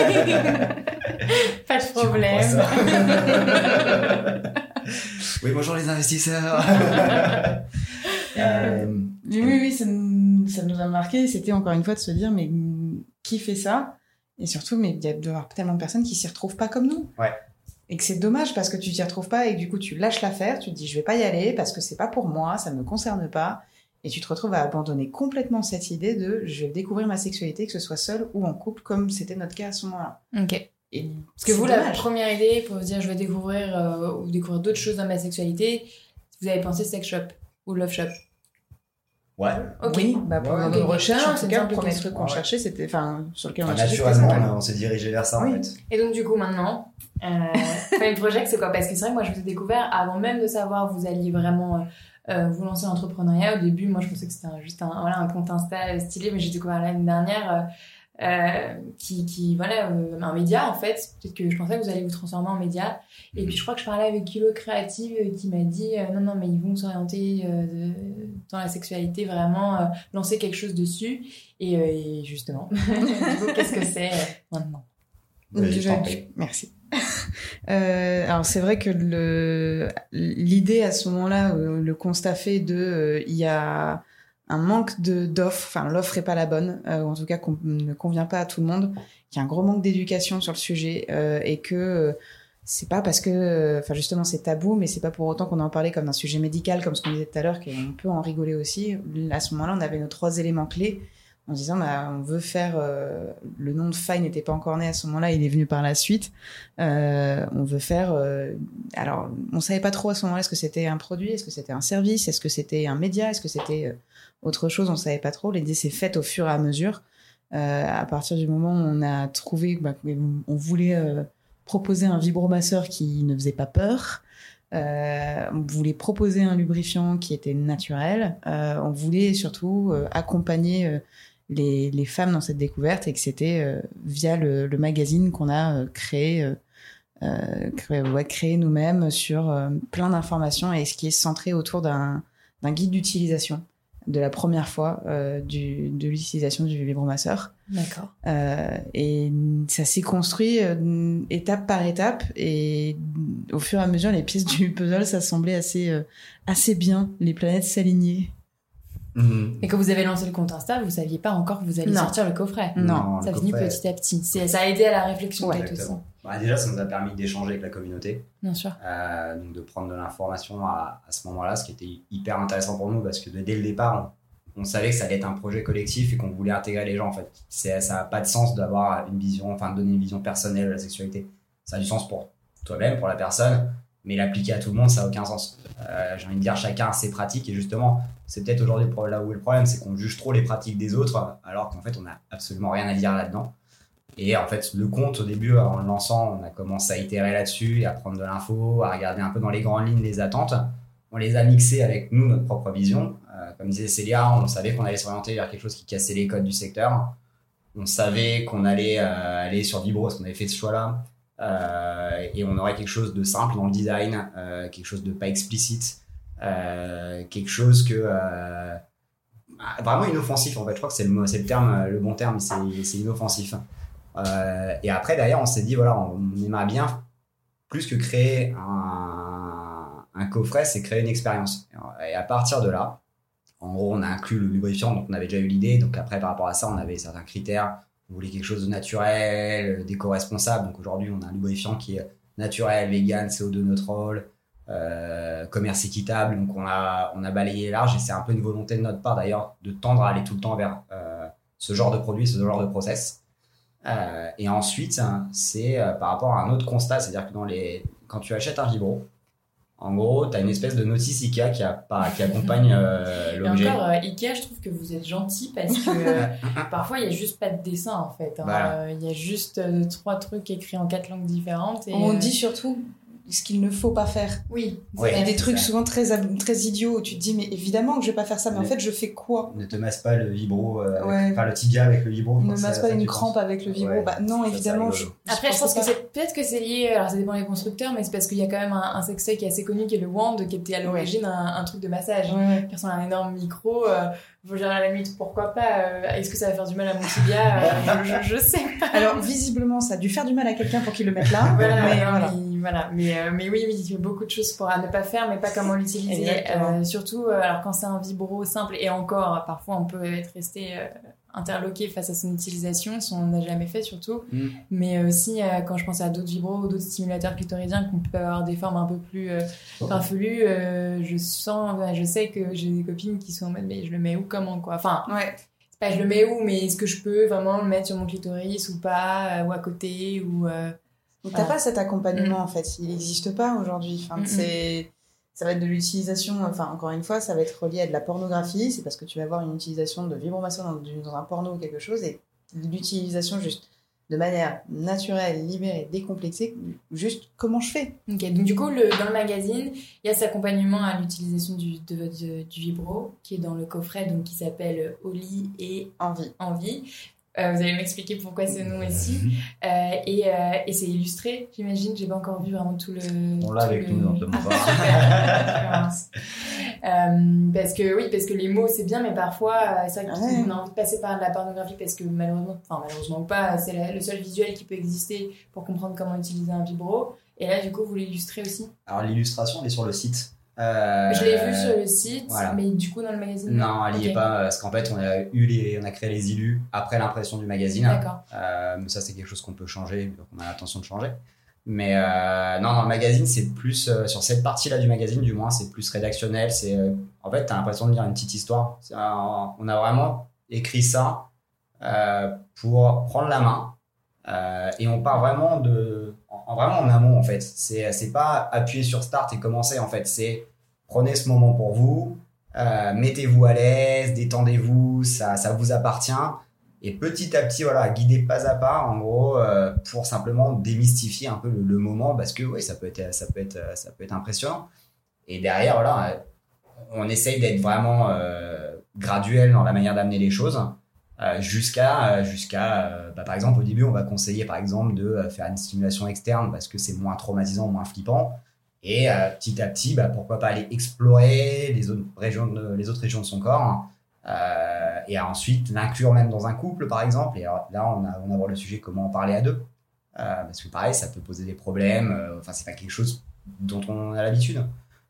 de problème. Oui, bonjour les investisseurs. euh, oui, oui, oui, ça nous, ça nous a marqué. C'était encore une fois de se dire, mais qui fait ça ? Et surtout, mais il y a de avoir tellement de personnes qui s'y retrouvent pas comme nous. Ouais. Et que c'est dommage parce que tu t'y retrouves pas et que du coup, tu lâches l'affaire, tu te dis, je vais pas y aller parce que c'est pas pour moi, ça me concerne pas. Et tu te retrouves à abandonner complètement cette idée de, je vais découvrir ma sexualité, que ce soit seule ou en couple, comme c'était notre cas à ce moment-là. Ok. Et parce que vous, dommage. La première idée pour vous dire, je vais découvrir euh, ou découvrir d'autres choses dans ma sexualité, vous avez pensé sex shop ou love shop. Ouais. Okay. Oui, bah pour ouais, nos okay. recherches, en tout cas, le premier truc qu'on ouais. cherchait, c'était, enfin, sur lequel on enfin, a cherché. Naturellement, on, on s'est dirigé vers ça, oui. en fait. Et donc, du coup, maintenant, euh, Fine Project, c'est quoi ? Parce que c'est vrai que moi, je vous ai découvert avant même de savoir vous alliez vraiment euh, vous lancer en entrepreneuriat. Au début, moi, je pensais que c'était un, juste un, voilà, un compte Insta stylé, mais j'ai découvert l'année dernière, euh, euh, qui, qui, voilà, euh, un média, en fait. Peut-être que je pensais que vous alliez vous transformer en média. Et puis, je crois que je parlais avec Kilo Créative, euh, qui m'a dit, euh, non, non, mais ils vont s'orienter euh, de, dans la sexualité, vraiment, euh, lancer quelque chose dessus. Et, euh, et justement, du coup, qu'est-ce que c'est euh, maintenant ? Oui, Déjà, merci. euh, alors, c'est vrai que le, l'idée à ce moment-là, euh, le constat fait de, euh, il y a un manque de, d'offres, enfin, l'offre est pas la bonne, euh, ou en tout cas, qu'on ne convient pas à tout le monde, qu'il y a un gros manque d'éducation sur le sujet, euh, et que, euh, c'est pas parce que, enfin, justement, c'est tabou, mais c'est pas pour autant qu'on en parlait comme d'un sujet médical, comme ce qu'on disait tout à l'heure, qu'on peut en rigoler aussi. À ce moment-là, on avait nos trois éléments clés. en se disant bah, on veut faire euh, le nom de Fine n'était pas encore né à ce moment-là, il est venu par la suite. Euh, on veut faire euh, alors on savait pas trop à ce moment-là est-ce que c'était un produit, est-ce que c'était un service, est-ce que c'était un média, est-ce que c'était euh, autre chose, on savait pas trop. L'idée s'est faite au fur et à mesure. Euh, à partir du moment où on a trouvé bah, on voulait euh, proposer un vibromasseur qui ne faisait pas peur. Euh, on voulait proposer un lubrifiant qui était naturel. Euh, on voulait surtout euh, accompagner euh, les, les femmes dans cette découverte et que c'était euh, via le, le magazine qu'on a euh, créé, euh, euh, créé, ouais, créé nous-mêmes sur euh, plein d'informations et ce qui est centré autour d'un, d'un guide d'utilisation de la première fois euh, du, de l'utilisation du vibromasseur. D'accord. Euh, et ça s'est construit euh, étape par étape et au fur et à mesure, les pièces du puzzle, ça semblait assez, euh, assez bien. Les planètes s'alignaient. Mmh. Et quand vous avez lancé le compte Insta, vous saviez pas encore que vous alliez Non. sortir le coffret. Non, ça le finit coffret, petit à petit. C'est, ça a aidé à la réflexion Ouais, peut-être aussi. exactement. Bah, déjà, ça nous a permis d'échanger avec la communauté, Bien sûr. euh, donc de prendre de l'information à, à ce moment-là, ce qui était hyper intéressant pour nous parce que dès le départ, on, on savait que ça allait être un projet collectif et qu'on voulait intégrer les gens. En fait, c'est, ça n'a pas de sens d'avoir une vision, enfin de donner une vision personnelle de la sexualité. Ça a du sens pour toi-même, pour la personne, mais l'appliquer à tout le monde, ça n'a aucun sens. Euh, j'ai envie de dire, chacun a ses pratiques et justement, c'est peut-être aujourd'hui là où est le problème, c'est qu'on juge trop les pratiques des autres, alors qu'en fait, on n'a absolument rien à dire là-dedans. Et en fait, le compte, au début, en le lançant, on a commencé à itérer là-dessus, à prendre de l'info, à regarder un peu dans les grandes lignes les attentes. On les a mixées avec nous, notre propre vision. Euh, comme disait Célia, on savait qu'on allait s'orienter vers quelque chose qui cassait les codes du secteur. On savait qu'on allait euh, aller sur Vibro, parce qu'on avait fait ce choix-là. Euh, et on aurait quelque chose de simple dans le design, euh, quelque chose de pas explicite, euh, quelque chose que... Euh, vraiment inoffensif, en fait. Je crois que c'est le, c'est le, terme, le bon terme, c'est, c'est inoffensif. Euh, et après, derrière, on s'est dit, voilà, on aimerait bien, plus que créer un, un coffret, c'est créer une expérience. Et à partir de là, en gros, on a inclus le lubrifiant, donc on avait déjà eu l'idée. Donc après, par rapport à ça, on avait certains critères. On voulait quelque chose de naturel, d'éco-responsable. Donc aujourd'hui, on a un lubrifiant qui est naturel, vegan, C O deux neutral, euh, commerce équitable. Donc on a, on a balayé large et c'est un peu une volonté de notre part d'ailleurs de tendre à aller tout le temps vers euh, ce genre de produit, ce genre de process. Euh, et ensuite, c'est euh, par rapport à un autre constat, c'est-à-dire que dans les... quand tu achètes un vibro, en gros, tu as une espèce de notice Ikea qui, a pas... qui accompagne euh, l'objet. Et encore, euh, Ikea, je trouve que vous êtes gentil parce que euh, parfois, il n'y a juste pas de dessin en fait. Il hein. Voilà. euh, y a juste euh, trois trucs écrits en quatre langues différentes. Et, On euh... dit surtout ce qu'il ne faut pas faire. Oui. Ouais, Il y a des trucs ça. souvent très, très idiots où tu te dis, mais évidemment que je vais pas faire ça, mais, mais en fait, je fais quoi ? Ne te masse pas le vibro, euh, ouais. avec, enfin le tibia avec le vibro. Ne masse pas une crampe penses. Avec le vibro. Ouais. Bah non, ça, évidemment. Je, Après, je pense que c'est peut-être que c'est lié, alors ça dépend des constructeurs, mais c'est parce qu'il y a quand même un, un sextoy qui est assez connu, qui est le Wand, qui était à l'origine ouais. un, un truc de massage, ouais. qui ressemble à un énorme micro. Euh, faut dire à la limite, pourquoi pas euh, est-ce que ça va faire du mal à mon tibia euh, je, je, je sais pas. Alors, visiblement, ça a dû faire du mal à quelqu'un pour qu'il le mette là. voilà, mais, non, voilà. Mais, voilà. Mais, euh, mais oui, oui, il y a beaucoup de choses pour à ne pas faire, mais pas comment l'utiliser. Euh, surtout, euh, alors quand c'est un vibro simple, et encore, parfois, on peut être resté euh, interloqué face à son utilisation, si on n'a jamais fait surtout. Mm. Mais aussi, euh, quand je pense à d'autres vibros ou d'autres stimulateurs clitoridiens qui peuvent avoir des formes un peu plus euh, farfelues, euh, je sens, bah, je sais que j'ai des copines qui sont en mode, mais je le mets où, comment, quoi. Enfin, ouais. c'est pas je le mets où, mais est-ce que je peux vraiment le mettre sur mon clitoris ou pas, euh, ou à côté, ou... Euh, Donc, t'as ah. pas cet accompagnement, mm. en fait. Il n'existe pas aujourd'hui. Enfin, mm-hmm. c'est... Ça va être de l'utilisation, enfin, encore une fois, ça va être relié à de la pornographie. C'est parce que tu vas avoir une utilisation de vibromasseur dans, dans un porno ou quelque chose, et l'utilisation juste de manière naturelle, libérée, décomplexée, juste comment je fais. Ok, donc du coup, le, dans le magazine, il y a cet accompagnement à l'utilisation du, de, de, du vibro, qui est dans le coffret, donc qui s'appelle Oli et Envie. Envie. Euh, vous allez m'expliquer pourquoi ce nom ici. Euh, et, euh, et c'est illustré, j'imagine. J'ai pas encore vu vraiment tout le. On l'a avec le... nous, on te montre pas. euh, parce que oui, parce que les mots c'est bien, mais parfois c'est vrai qu'on ouais. a envie de passer par de la pornographie parce que malheureusement, enfin malheureusement pas, c'est la, le seul visuel qui peut exister pour comprendre comment utiliser un vibro. Et là, du coup, vous l'illustrez aussi. Alors l'illustration, elle est sur le site. Euh, je l'ai vu sur le site, voilà. Mais du coup dans le magazine. Non, elle n'y okay. est pas, parce qu'en fait on a eu les, on a créé les illus après l'impression du magazine. D'accord. Euh, mais ça c'est quelque chose qu'on peut changer, donc on a l'intention de changer. Mais euh, non, dans le magazine c'est plus euh, sur cette partie-là du magazine, du moins c'est plus rédactionnel. C'est euh, en fait t'as l'impression de lire une petite histoire. C'est, euh, on a vraiment écrit ça euh, pour prendre la main. Euh, et on part vraiment de, en, vraiment en amont en fait. C'est, c'est pas appuyer sur start et commencer en fait. C'est prenez ce moment pour vous, euh, mettez-vous à l'aise, détendez-vous, ça, ça vous appartient. Et petit à petit, voilà, guidez pas à pas, en gros, euh, pour simplement démystifier un peu le, le moment, parce que oui, ça peut être, ça peut être, ça peut être impressionnant. Et derrière, voilà, on essaye d'être vraiment euh, graduel dans la manière d'amener les choses. Euh, jusqu'à, jusqu'à euh, bah, par exemple, au début, on va conseiller, par exemple, de euh, faire une stimulation externe parce que c'est moins traumatisant, moins flippant. Et euh, petit à petit, bah, pourquoi pas aller explorer les autres régions de, les autres régions de son corps. Euh, et ensuite, l'inclure même dans un couple, par exemple. Et alors, là, on, a, on aborde le sujet comment en parler à deux. Euh, parce que pareil, ça peut poser des problèmes. Euh, enfin, c'est pas quelque chose dont on a l'habitude.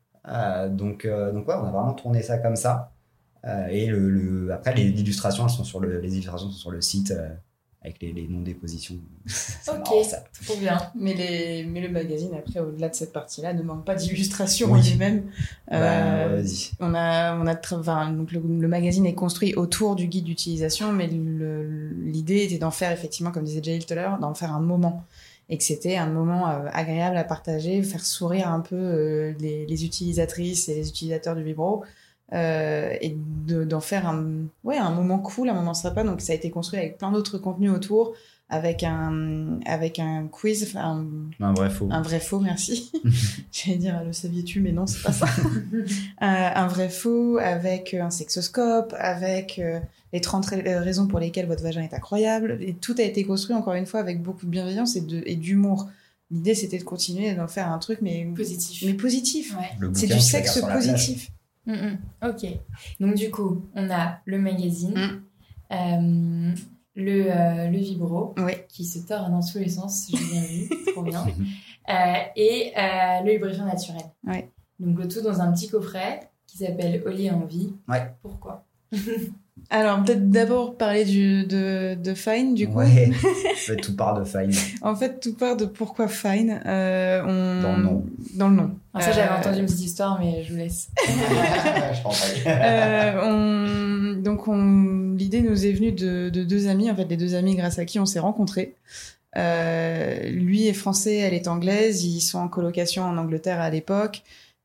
Euh, donc, euh, donc ouais, on a vraiment tourné ça comme ça. Euh, et le, le, après, les illustrations, elles sont sur le, les illustrations sont sur le site euh, avec les, les noms des positions. Ok, marrant, ça. Trop bien. Mais, les, mais le magazine, après, au-delà de cette partie-là, ne manque pas d'illustrations oui. en lui-même. Bah, euh, vas-y. On a, on a tra- enfin, donc le, le magazine est construit autour du guide d'utilisation, mais le, l'idée était d'en faire, effectivement, comme disait Jail tout à l'heure, d'en faire un moment. Et que c'était un moment euh, agréable à partager, faire sourire un peu euh, les, les utilisatrices et les utilisateurs du Vibro. Euh, et de, d'en faire un, ouais, un moment cool, un moment sympa. Donc ça a été construit avec plein d'autres contenus autour, avec un, avec un quiz, un, un vrai faux. Un vrai faux, merci. J'allais dire, le saviez-tu, mais non, c'est pas ça. euh, un vrai faux, avec un sexoscope, avec euh, les trente ra- raisons pour lesquelles votre vagin est incroyable. Et tout a été construit, encore une fois, avec beaucoup de bienveillance et, de, et d'humour. L'idée, c'était de continuer d'en faire un truc, mais positif. Mais positif. Ouais. Le C'est bouquin, du tu la gardes sexe sur la positif. Mm-mm. Ok. Donc du coup, on a le magazine, Mm. euh, le, euh, le vibro, Ouais. qui se tord dans tous les sens, j'ai bien vu, trop bien, euh, et euh, le lubrifiant naturel. Ouais. Donc le tout dans un petit coffret qui s'appelle Oli Envie. Ouais. Pourquoi? Alors, peut-être d'abord parler du, de, de Fine, du coup. Ouais, tout part de Fine. En fait, tout part de pourquoi Fine. Euh, on... Dans le nom. Dans le nom. Alors ça, j'avais Euh, entendu une petite histoire, mais je vous laisse. Je pense pas. euh, on... Donc, on... l'idée nous est venue de, de deux amis, en fait, les deux amis grâce à qui on s'est rencontrés. Euh, lui est français, elle est anglaise, ils sont en colocation en Angleterre à l'époque.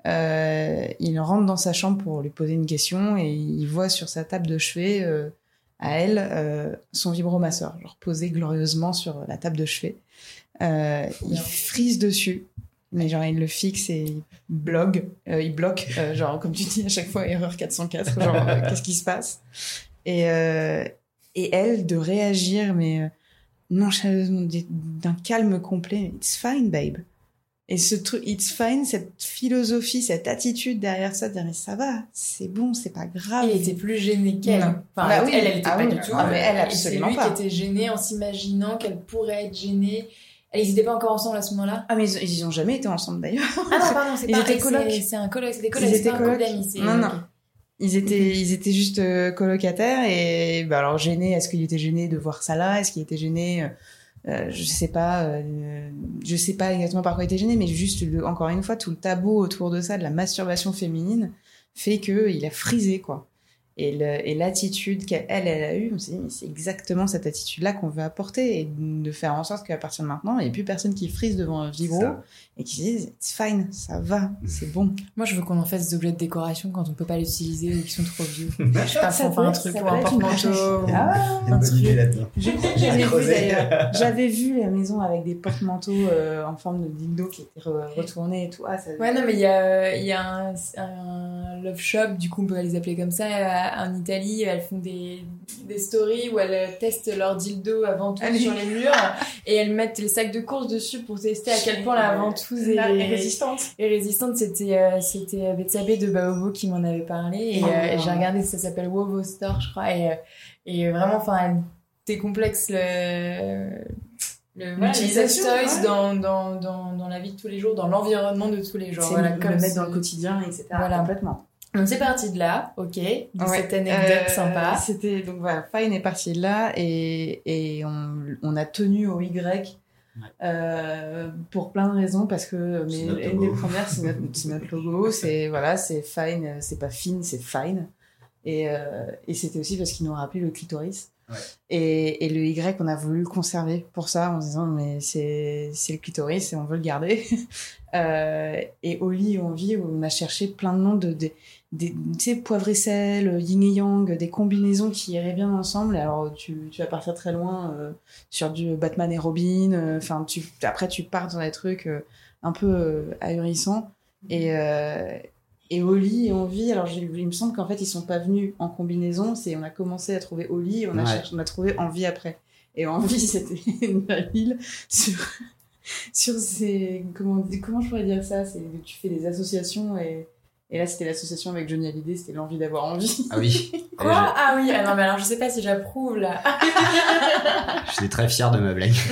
Euh, il rentre dans sa chambre pour lui poser une question et il voit sur sa table de chevet euh, à elle euh, son vibromasseur, genre posé glorieusement sur la table de chevet. Euh, il frise dessus, mais genre il le fixe et il bloque, euh, il bloque, euh, genre comme tu dis à chaque fois erreur quatre cent quatre, genre euh, qu'est-ce qui se passe? Et euh, et elle de réagir mais euh, nonchalamment, d'un calme complet. It's fine, babe. Et ce truc, it's fine, cette philosophie, cette attitude derrière ça, de dire, mais ça va, c'est bon, c'est pas grave. Il était plus gêné qu'elle. Non. Enfin, Bah oui. elle, elle était Ah pas oui. du tout. Ah, mais elle, Et absolument c'est lui pas. qui était gêné en s'imaginant qu'elle pourrait être gênée. Ils n'étaient pas encore ensemble à ce moment-là. Ah, mais ils, ils ont jamais été ensemble d'ailleurs. Ah non, pardon, c'est Ils pas étaient colocs. c'est, c'est un coloc, c'est des colocs, Ils c'est étaient pas un colocs. couple d'amis. C'est... Non, non. ok. Ils étaient, ils étaient juste euh, colocataires et, bah, alors gênés, est-ce qu'il était gêné de voir ça là? Est-ce qu'il était gêné, euh, euh, je sais pas, euh, je sais pas exactement par quoi il était gêné, mais juste, le, encore une fois, tout le tabou autour de ça, de la masturbation féminine, fait que il a frisé, quoi. Et, le, et l'attitude qu'elle, elle, elle a eue, on s'est dit, mais c'est exactement cette attitude-là qu'on veut apporter et de faire en sorte qu'à partir de maintenant, il n'y ait plus personne qui frise devant un vibro et qui se dise, it's fine, ça va, c'est bon. Moi, je veux qu'on en fasse des objets de décoration quand on peut pas les utiliser ou qui sont trop vieux. Je sais pas, Ça faut faire un peut- truc ça ou peut un être une porte-manteau. Ah, Une bonne idée là-dedans. Je crois que j'avais vu Creuser. d'ailleurs. J'avais vu la maison avec des porte-manteaux euh, en forme de dildo qui étaient re- retournés et tout. Ah, ça... Ouais, non, mais il y a, il y a un, un love shop, du coup, on peut les appeler comme ça, euh, en Italie. Elles font des, des stories où elles testent leur dildo à ventouse Allez. sur les murs et elles mettent les sacs de course dessus pour tester à quel point la ventouse est, est résistante. est résistante. C'était, euh, c'était Betsabé de Baobo qui m'en avait parlé et Oh, euh, wow. j'ai regardé, ça s'appelle Wovo Store, je crois, et, euh, et vraiment, enfin, elle décomplexe le, le, voilà, les sex L'utilisation, toys ouais. dans, dans, dans, dans la vie de tous les jours, dans l'environnement de tous les jours. C'est Voilà, le comme mettre ce- dans le quotidien, et cetera. Voilà. Complètement. Donc c'est parti de là, ok, de Ouais. cette anecdote Euh, sympa. C'était donc voilà, Fine est parti de là et, et on, on a tenu au Y euh, pour plein de raisons parce que C'est mais notre une des logo. premières c'est notre, c'est notre logo, c'est voilà, c'est Fine, c'est pas fine, c'est fine et, euh, et c'était aussi parce qu'il nous rappelait le clitoris. Ouais. Et, et le Y, on a voulu le conserver pour ça, en se disant, mais c'est, c'est le clitoris et on veut le garder. euh, et Oli, Envie, on a cherché plein de noms de, de, de, tu sais, poivre et sel, yin et yang, des combinaisons qui iraient bien ensemble. Et alors, tu, tu vas partir très loin euh, sur du Batman et Robin. Enfin, euh, tu, après, tu pars dans des trucs euh, un peu euh, ahurissants. Et, euh, et Oli et Envie, alors il me semble qu'en fait, ils sont pas venus en combinaison. C'est, on a commencé à trouver Oli, on a, ouais. cherché, on a trouvé Envie après. Et Envie, c'était une ville sur, sur ces... Comment, comment je pourrais dire ça, c'est, tu fais des associations et... Et là, c'était l'association avec Johnny Hallyday, c'était l'envie d'avoir envie. Ah oui. Quoi ? Ah oui, ah non, mais alors je sais pas si j'approuve là. J'étais très fier de ma blague.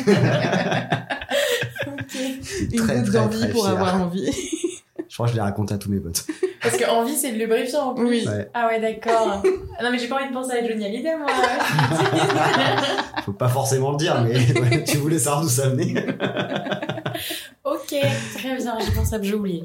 Ok. Une Très, goutte très, d'envie très pour fier. avoir envie. Je crois que je l'ai raconté à tous mes potes. Parce que envie, c'est le lubrifiant en plus. Oui. Ouais. Ah ouais, d'accord. Ah non, mais j'ai pas envie de penser à Johnny Hallyday, moi. Faut pas forcément le dire, mais ouais, tu voulais savoir d'où ça venait. Ok, très bien, j'ai pensé que j'ai oublié.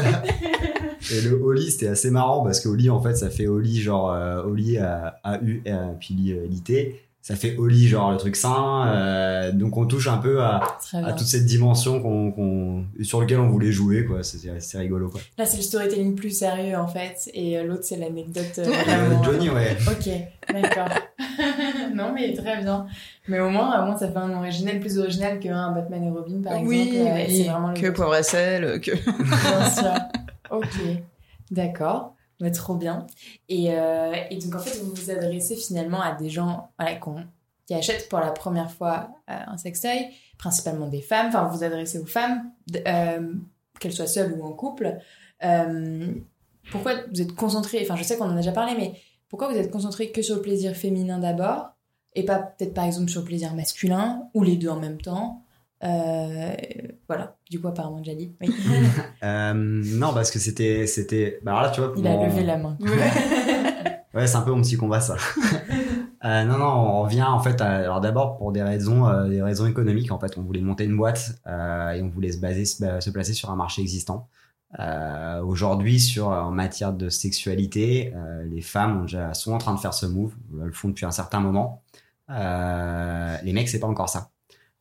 Et le Oli, c'était assez marrant parce que Oli, en fait, ça fait Oli, genre euh, Oli A U, puis l'I-T. Ça fait Oli, genre le truc sain. Euh, donc on touche un peu à, à toute cette dimension qu'on, qu'on, sur lequel on voulait jouer, quoi. C'est, c'est rigolo, quoi. Là, c'est le storytelling plus sérieux, en fait. Et euh, l'autre, c'est l'anecdote. Euh, Euh, Johnny, ouais. Ok, d'accord. Non, mais très bien. Mais au moins, au moins, ça fait un nom original, plus original qu'un Batman et Robin, par exemple. Oui, Euh, oui, c'est vraiment le que poivre et sel, que... Bien sûr. Ok, d'accord. Ouais, trop bien. Et, euh, et donc, en fait, vous vous adressez finalement à des gens voilà, qu'on, qui achètent pour la première fois euh, un sextoy, principalement des femmes. Enfin, vous vous adressez aux femmes, euh, qu'elles soient seules ou en couple. Euh, pourquoi vous êtes concentré, enfin, je sais qu'on en a déjà parlé, mais pourquoi vous êtes concentré que sur le plaisir féminin d'abord et pas peut-être par exemple sur le plaisir masculin ou les deux en même temps? Euh, voilà, du coup apparemment déjà dit. Oui. euh, non, parce que c'était, c'était. Bah alors là, tu vois. Il bon... a levé la main. Ouais, c'est un peu mon petit combat, ça. euh, non, non, on revient en fait. À... Alors d'abord pour des raisons, euh, des raisons économiques. En fait, on voulait monter une boîte euh, et on voulait se baser, se, se placer sur un marché existant. Euh, aujourd'hui, sur en matière de sexualité, euh, les femmes ont déjà, sont en train de faire ce move. Elles le font depuis un certain moment. Euh, les mecs, c'est pas encore ça.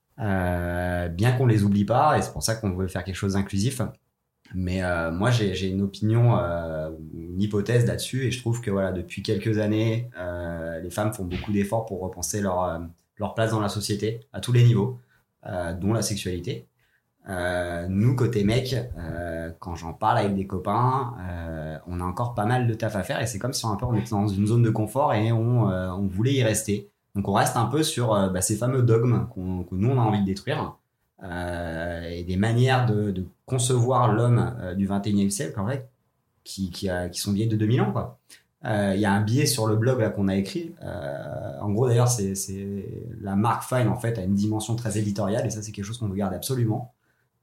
Euh, bien qu'on les oublie pas, et c'est pour ça qu'on veut faire quelque chose d'inclusif. Mais euh, moi, j'ai, j'ai une opinion, euh, une hypothèse là-dessus, et je trouve que voilà, depuis quelques années, euh, les femmes font beaucoup d'efforts pour repenser leur euh, leur place dans la société à tous les niveaux, euh, dont la sexualité. Euh, nous, côté mec, euh, quand j'en parle avec des copains, euh, on a encore pas mal de taf à faire, et c'est comme si on, un peu, on était dans une zone de confort et on euh, on voulait y rester. Donc on reste un peu sur euh, bah, ces fameux dogmes qu'on, que nous on a envie de détruire, euh, et des manières de, de concevoir l'homme euh, du vingt et unième siècle en fait, qui, qui, a, qui sont vieilles de deux mille ans, quoi. Il euh, y a un billet sur le blog là qu'on a écrit. Euh, en gros d'ailleurs c'est, c'est la marque Fine en fait a une dimension très éditoriale et ça c'est quelque chose qu'on veut garder absolument.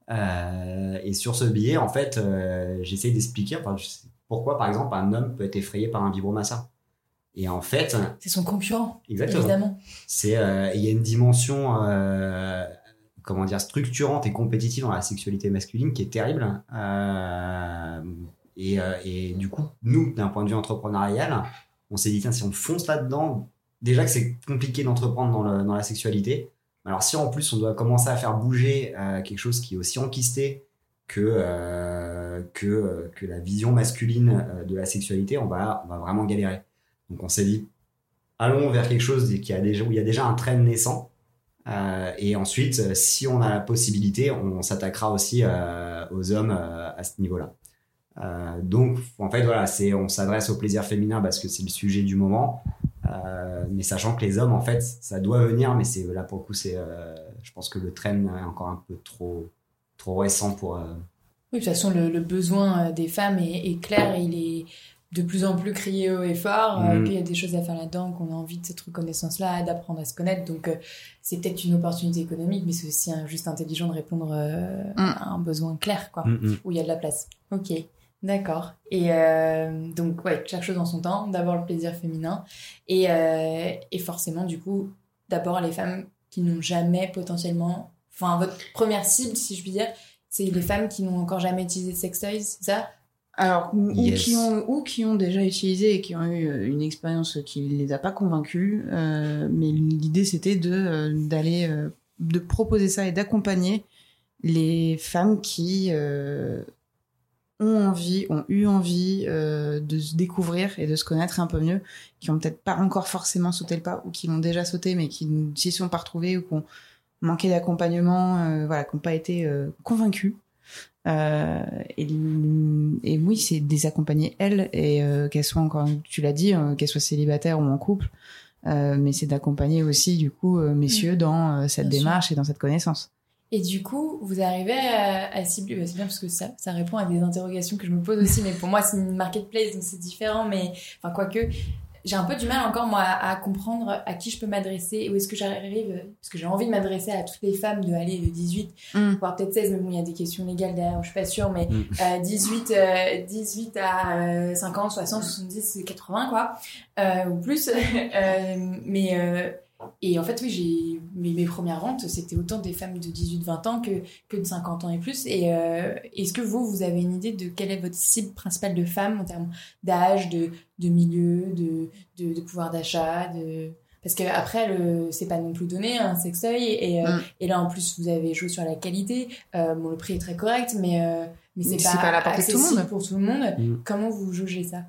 Euh, et sur ce billet en fait euh, j'essaie d'expliquer enfin, je sais pourquoi par exemple un homme peut être effrayé par un vibromasseur. Et en fait, c'est son concurrent. Exactement. Évidemment. C'est, euh, il y a une dimension, euh, comment dire, structurante et compétitive dans la sexualité masculine qui est terrible. Euh, et, euh, et du coup, nous, d'un point de vue entrepreneurial, on s'est dit tiens, si on fonce là-dedans, déjà que c'est compliqué d'entreprendre dans, le, dans la sexualité. Alors si en plus on doit commencer à faire bouger euh, quelque chose qui est aussi enquisté que euh, que que la vision masculine de la sexualité, on va on va vraiment galérer. Donc on s'est dit, allons vers quelque chose qui a déjà, où il y a déjà un trend naissant. Euh, et ensuite, si on a la possibilité, on s'attaquera aussi euh, aux hommes euh, à ce niveau-là. Euh, donc, en fait, voilà, c'est, on s'adresse au plaisir féminin parce que c'est le sujet du moment. Euh, mais sachant que les hommes, en fait, ça doit venir. Mais c'est là pour le coup, c'est, euh, je pense que le trend est encore un peu trop, trop récent pour. Euh... Oui, de toute façon, le, le besoin des femmes est, est clair et il est de plus en plus crié haut et fort, mmh. euh, qu'il y a des choses à faire là-dedans, qu'on a envie de cette reconnaissance-là, d'apprendre à se connaître. Donc, euh, c'est peut-être une opportunité économique, mais c'est aussi un, juste intelligent de répondre euh, mmh. à un besoin clair, quoi, mmh. où il y a de la place. Ok, d'accord. Et euh, donc, ouais, chaque chose en son temps. D'abord le plaisir féminin. Et, euh, et forcément, du coup, d'abord les femmes qui n'ont jamais potentiellement... Enfin, votre première cible, si je puis dire, c'est les femmes qui n'ont encore jamais utilisé de sextoys, c'est ça ? Alors, ou, Yes. qui ont, ou qui ont déjà utilisé et qui ont eu une expérience qui ne les a pas convaincus. Euh, mais l'idée, c'était de, euh, d'aller, euh, de proposer ça et d'accompagner les femmes qui euh, ont envie, ont eu envie euh, de se découvrir et de se connaître un peu mieux, qui ont peut-être pas encore forcément sauté le pas ou qui l'ont déjà sauté mais qui ne s'y sont pas retrouvées ou qui ont manqué d'accompagnement, euh, voilà, qui n'ont pas été euh, convaincus. Euh, et, et oui, c'est de les accompagner elles et euh, qu'elles soient encore, tu l'as dit, euh, qu'elles soient célibataires ou en couple, euh, mais c'est d'accompagner aussi du coup euh, messieurs dans euh, cette Bien démarche sûr. et dans cette connaissance. Et du coup, vous arrivez à, à cibler, bah, c'est bien parce que ça, ça répond à des interrogations que je me pose aussi, mais pour moi c'est une marketplace donc c'est différent, mais enfin quoique j'ai un peu du mal encore moi à, à comprendre à qui je peux m'adresser et où est-ce que j'arrive, parce que j'ai envie de m'adresser à toutes les femmes de aller de dix-huit, Mm. voire peut-être seize, mais bon il y a des questions légales derrière, je suis pas sûre, mais Mm. euh, dix-huit, euh, dix-huit à euh, cinquante, soixante, soixante-dix, quatre-vingts quoi, euh, ou plus, euh, mais euh, et en fait oui j'ai mes, mes premières ventes c'était autant des femmes de dix-huit vingt ans que, que de cinquante ans et plus et euh, est-ce que vous vous avez une idée de quelle est votre cible principale de femmes en termes d'âge, de, de milieu, de, de, de pouvoir d'achat, de... parce que après le c'est pas non plus donné un sextoy et, euh, Mm. et là en plus vous avez joué sur la qualité, euh, bon le prix est très correct mais, euh, mais c'est Mais pas, c'est pas à la portée de tout le accessible monde. pour tout le monde. Mm. Comment vous jaugez ça?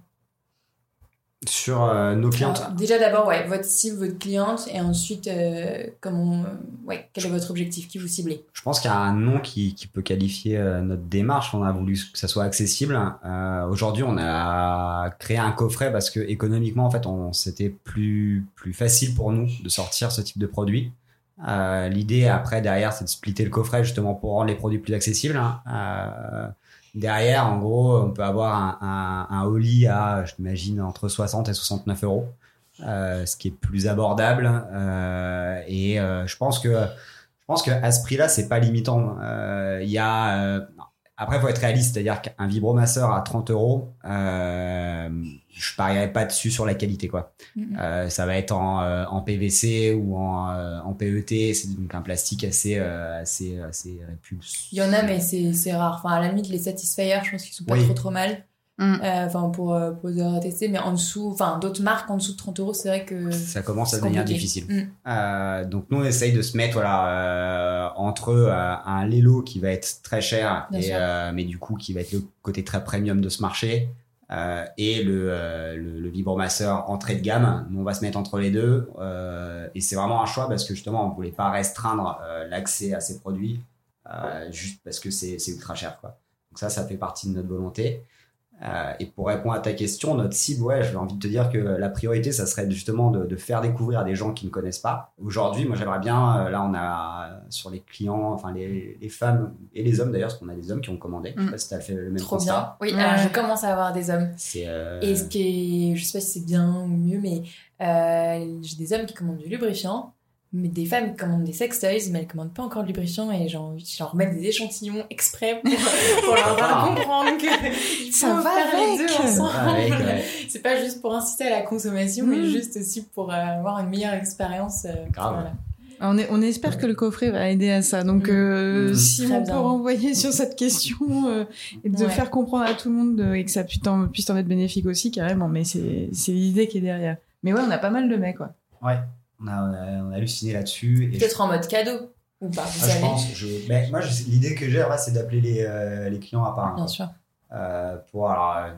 Sur euh, nos clientes. Alors, déjà d'abord ouais votre cible, votre cliente et ensuite euh, comment euh, ouais quel est votre objectif, qui vous ciblez? Je pense qu'il y a un nom qui, qui peut qualifier euh, notre démarche. On a voulu que ça soit accessible. Euh, aujourd'hui, on a créé un coffret parce que économiquement, en fait, on, c'était plus, plus facile pour nous de sortir ce type de produit. Euh, l'idée après, derrière, c'est de splitter le coffret justement pour rendre les produits plus accessibles. Hein. Euh, derrière, en gros, on peut avoir un, un, un Oli à, je t'imagine, entre soixante et soixante-neuf euros. Euh, ce qui est plus abordable. Euh, et euh, je pense que Je pense qu'à ce prix-là, c'est pas limitant. Il euh, y a euh, après, faut être réaliste, c'est-à-dire qu'un vibromasseur à trente euros, euh, je parierais pas dessus sur la qualité, quoi. Mm-hmm. Euh, ça va être en, euh, en P V C ou en, euh, en P E T, c'est donc un plastique assez, euh, assez, assez répulsif. Il y en a, mais c'est, c'est rare. Enfin, à la limite, les Satisfyer, je pense qu'ils sont pas Oui. trop trop mal. Mm. Euh, Enfin, pour, euh, pour les avoir testés, mais en dessous, enfin, d'autres marques en dessous de trente euros, c'est vrai que. Ça commence à c'est devenir compliqué. difficile. Mm. Euh, donc nous on essaye de se mettre voilà euh, entre euh, un Lelo qui va être très cher Bien et, sûr. euh, mais du coup qui va être le côté très premium de ce marché euh, et le, euh, le le vibromasseur entrée de gamme. Nous on va se mettre entre les deux euh, et c'est vraiment un choix parce que justement on voulait pas restreindre euh, l'accès à ces produits euh, juste parce que c'est c'est ultra cher quoi. Donc ça ça fait partie de notre volonté. Euh, et pour répondre à ta question, notre cible, ouais, j'ai envie de te dire que la priorité, ça serait justement de, de faire découvrir à des gens qui ne connaissent pas. Aujourd'hui, moi, j'aimerais bien, euh, là, on a sur les clients, enfin les, les femmes et les hommes d'ailleurs, parce qu'on a des hommes qui ont commandé. Je sais pas si t'as fait le même Trop constat. bien. Oui, Ouais. alors je commence à avoir des hommes. C'est euh, Et ce qui est, je sais pas si c'est bien ou mieux, mais euh, j'ai des hommes qui commandent du lubrifiant, mais des femmes qui commandent des sextoys, mais elles commandent pas encore de lubrifiant et j'ai envie de leur mettre des échantillons exprès pour, pour leur faire comprendre que il Ça faut va faire les avec. deux ensemble. Ouais, avec, ouais. C'est pas juste pour inciter à la consommation, Mm. mais juste aussi pour euh, avoir une meilleure expérience. Euh, Grave. voilà. On, est, on espère que le coffret va aider à ça. Donc, Mm. euh, Mm. si Très on bien. peut renvoyer sur cette question euh, et de Ouais. faire comprendre à tout le monde euh, et que ça puisse t'en, puisse t'en être bénéfique aussi, carrément. Mais c'est, c'est l'idée qui est derrière. Mais ouais, on a pas mal de mecs, quoi. ouais, on a, on a, on a halluciné là-dessus. Et Peut-être en mode cadeau ou pas, vous je, ah, je savez. pense, je, mais moi, je- l'idée que j'ai, ouais, c'est d'appeler les, euh, les clients à part. Bien sûr. Euh, pour alors euh,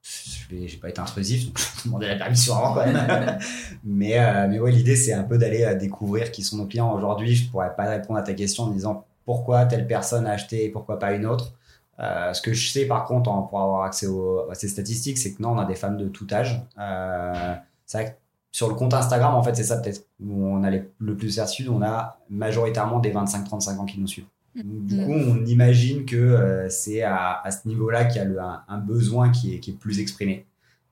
je vais j'ai pas été intrusif donc je vais demander la permission avant quand même mais euh, mais ouais l'idée c'est un peu d'aller euh, découvrir qui sont nos clients aujourd'hui. Je pourrais pas répondre à ta question en disant pourquoi telle personne a acheté et pourquoi pas une autre. Euh, ce que je sais par contre en, pour avoir accès aux, à ces statistiques, c'est que non, on a des femmes de tout âge. Euh, c'est vrai que sur le compte Instagram en fait c'est ça peut-être où on a les, le plus perçu, on a majoritairement des vingt-cinq trente-cinq ans qui nous suivent. Donc, du Mm. coup, on imagine que euh, c'est à, à ce niveau-là qu'il y a le, un, un besoin qui est, qui est plus exprimé.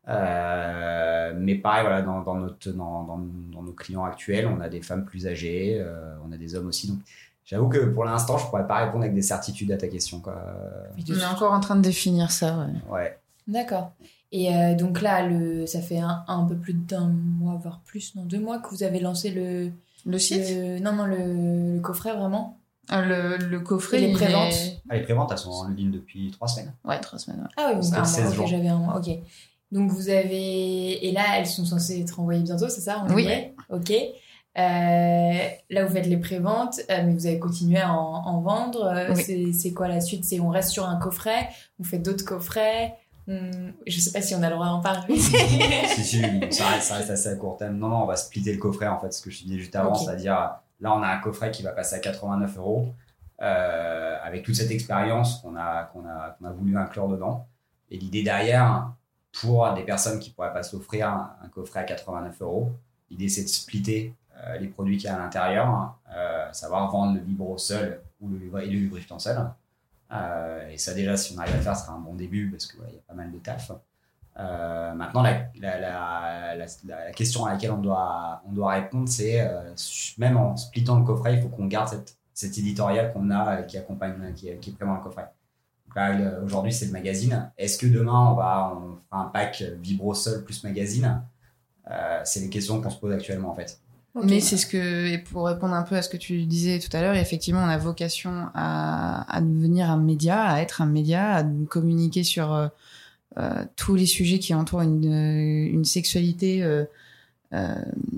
Euh, mais pareil, voilà, dans, dans, notre, dans, dans, dans nos clients actuels, on a des femmes plus âgées, euh, on a des hommes aussi. Donc, j'avoue que pour l'instant, je pourrais pas répondre avec des certitudes à ta question, quoi. Mais de On est encore en train de définir ça, ouais. Ouais. D'accord. Et euh, donc là, le, ça fait un, un peu plus d'un mois, voire plus, non, deux mois que vous avez lancé le... Le site le- non, non, le, le coffret, vraiment. Le, le coffret, Et les il préventes est- Ah, les préventes, elles sont en ligne depuis trois semaines. Ouais, trois semaines. Ouais. Ah oui, donc C'était un mois, seize ok, jours. j'avais un mois, ok. Donc vous avez... Et là, elles sont censées être envoyées bientôt, c'est ça, en Oui. juillet. Ok. Euh, là, vous faites les préventes, euh, mais vous avez continué à en, en vendre. Euh, Oui. c'est, c'est quoi la suite? C'est on reste sur un coffret, vous faites d'autres coffrets. On- Je sais pas si on a le droit d'en parler. si, si, ça reste, ça reste assez à court terme. Non, non, on va splitter le coffret, en fait, ce que je disais juste avant, Ok. c'est-à-dire, là, on a un coffret qui va passer à quatre-vingt-neuf euros, euh, avec toute cette expérience qu'on a, qu'on a, qu'on a voulu inclure dedans. Et l'idée derrière, pour des personnes qui pourraient pas s'offrir un, un coffret à quatre-vingt-neuf euros, l'idée, c'est de splitter euh, les produits qu'il y a à l'intérieur, euh, savoir vendre le vibro seul ou le, et le lubrifiant seul. Euh, et ça, déjà, si on arrive à le faire, ce sera un bon début parce qu'il ouais, y a pas mal de taf. Euh, maintenant, la, la, la, la, la question à laquelle on doit, on doit répondre, c'est euh, même en splittant le coffret, il faut qu'on garde cette, cette éditorial qu'on a euh, qui accompagne, qui, qui est présent dans le coffret. Donc là, le- aujourd'hui, c'est le magazine. Est-ce que demain, on va, on fera un pack Vibro Seul plus magazine? euh, C'est les questions qu'on se pose actuellement, en fait. Ok. Mais c'est ce que, et pour répondre un peu à ce que tu disais tout à l'heure, effectivement, on a vocation à, à devenir un média, à être un média, à communiquer sur euh, euh, tous les sujets qui entourent une, une sexualité euh, euh,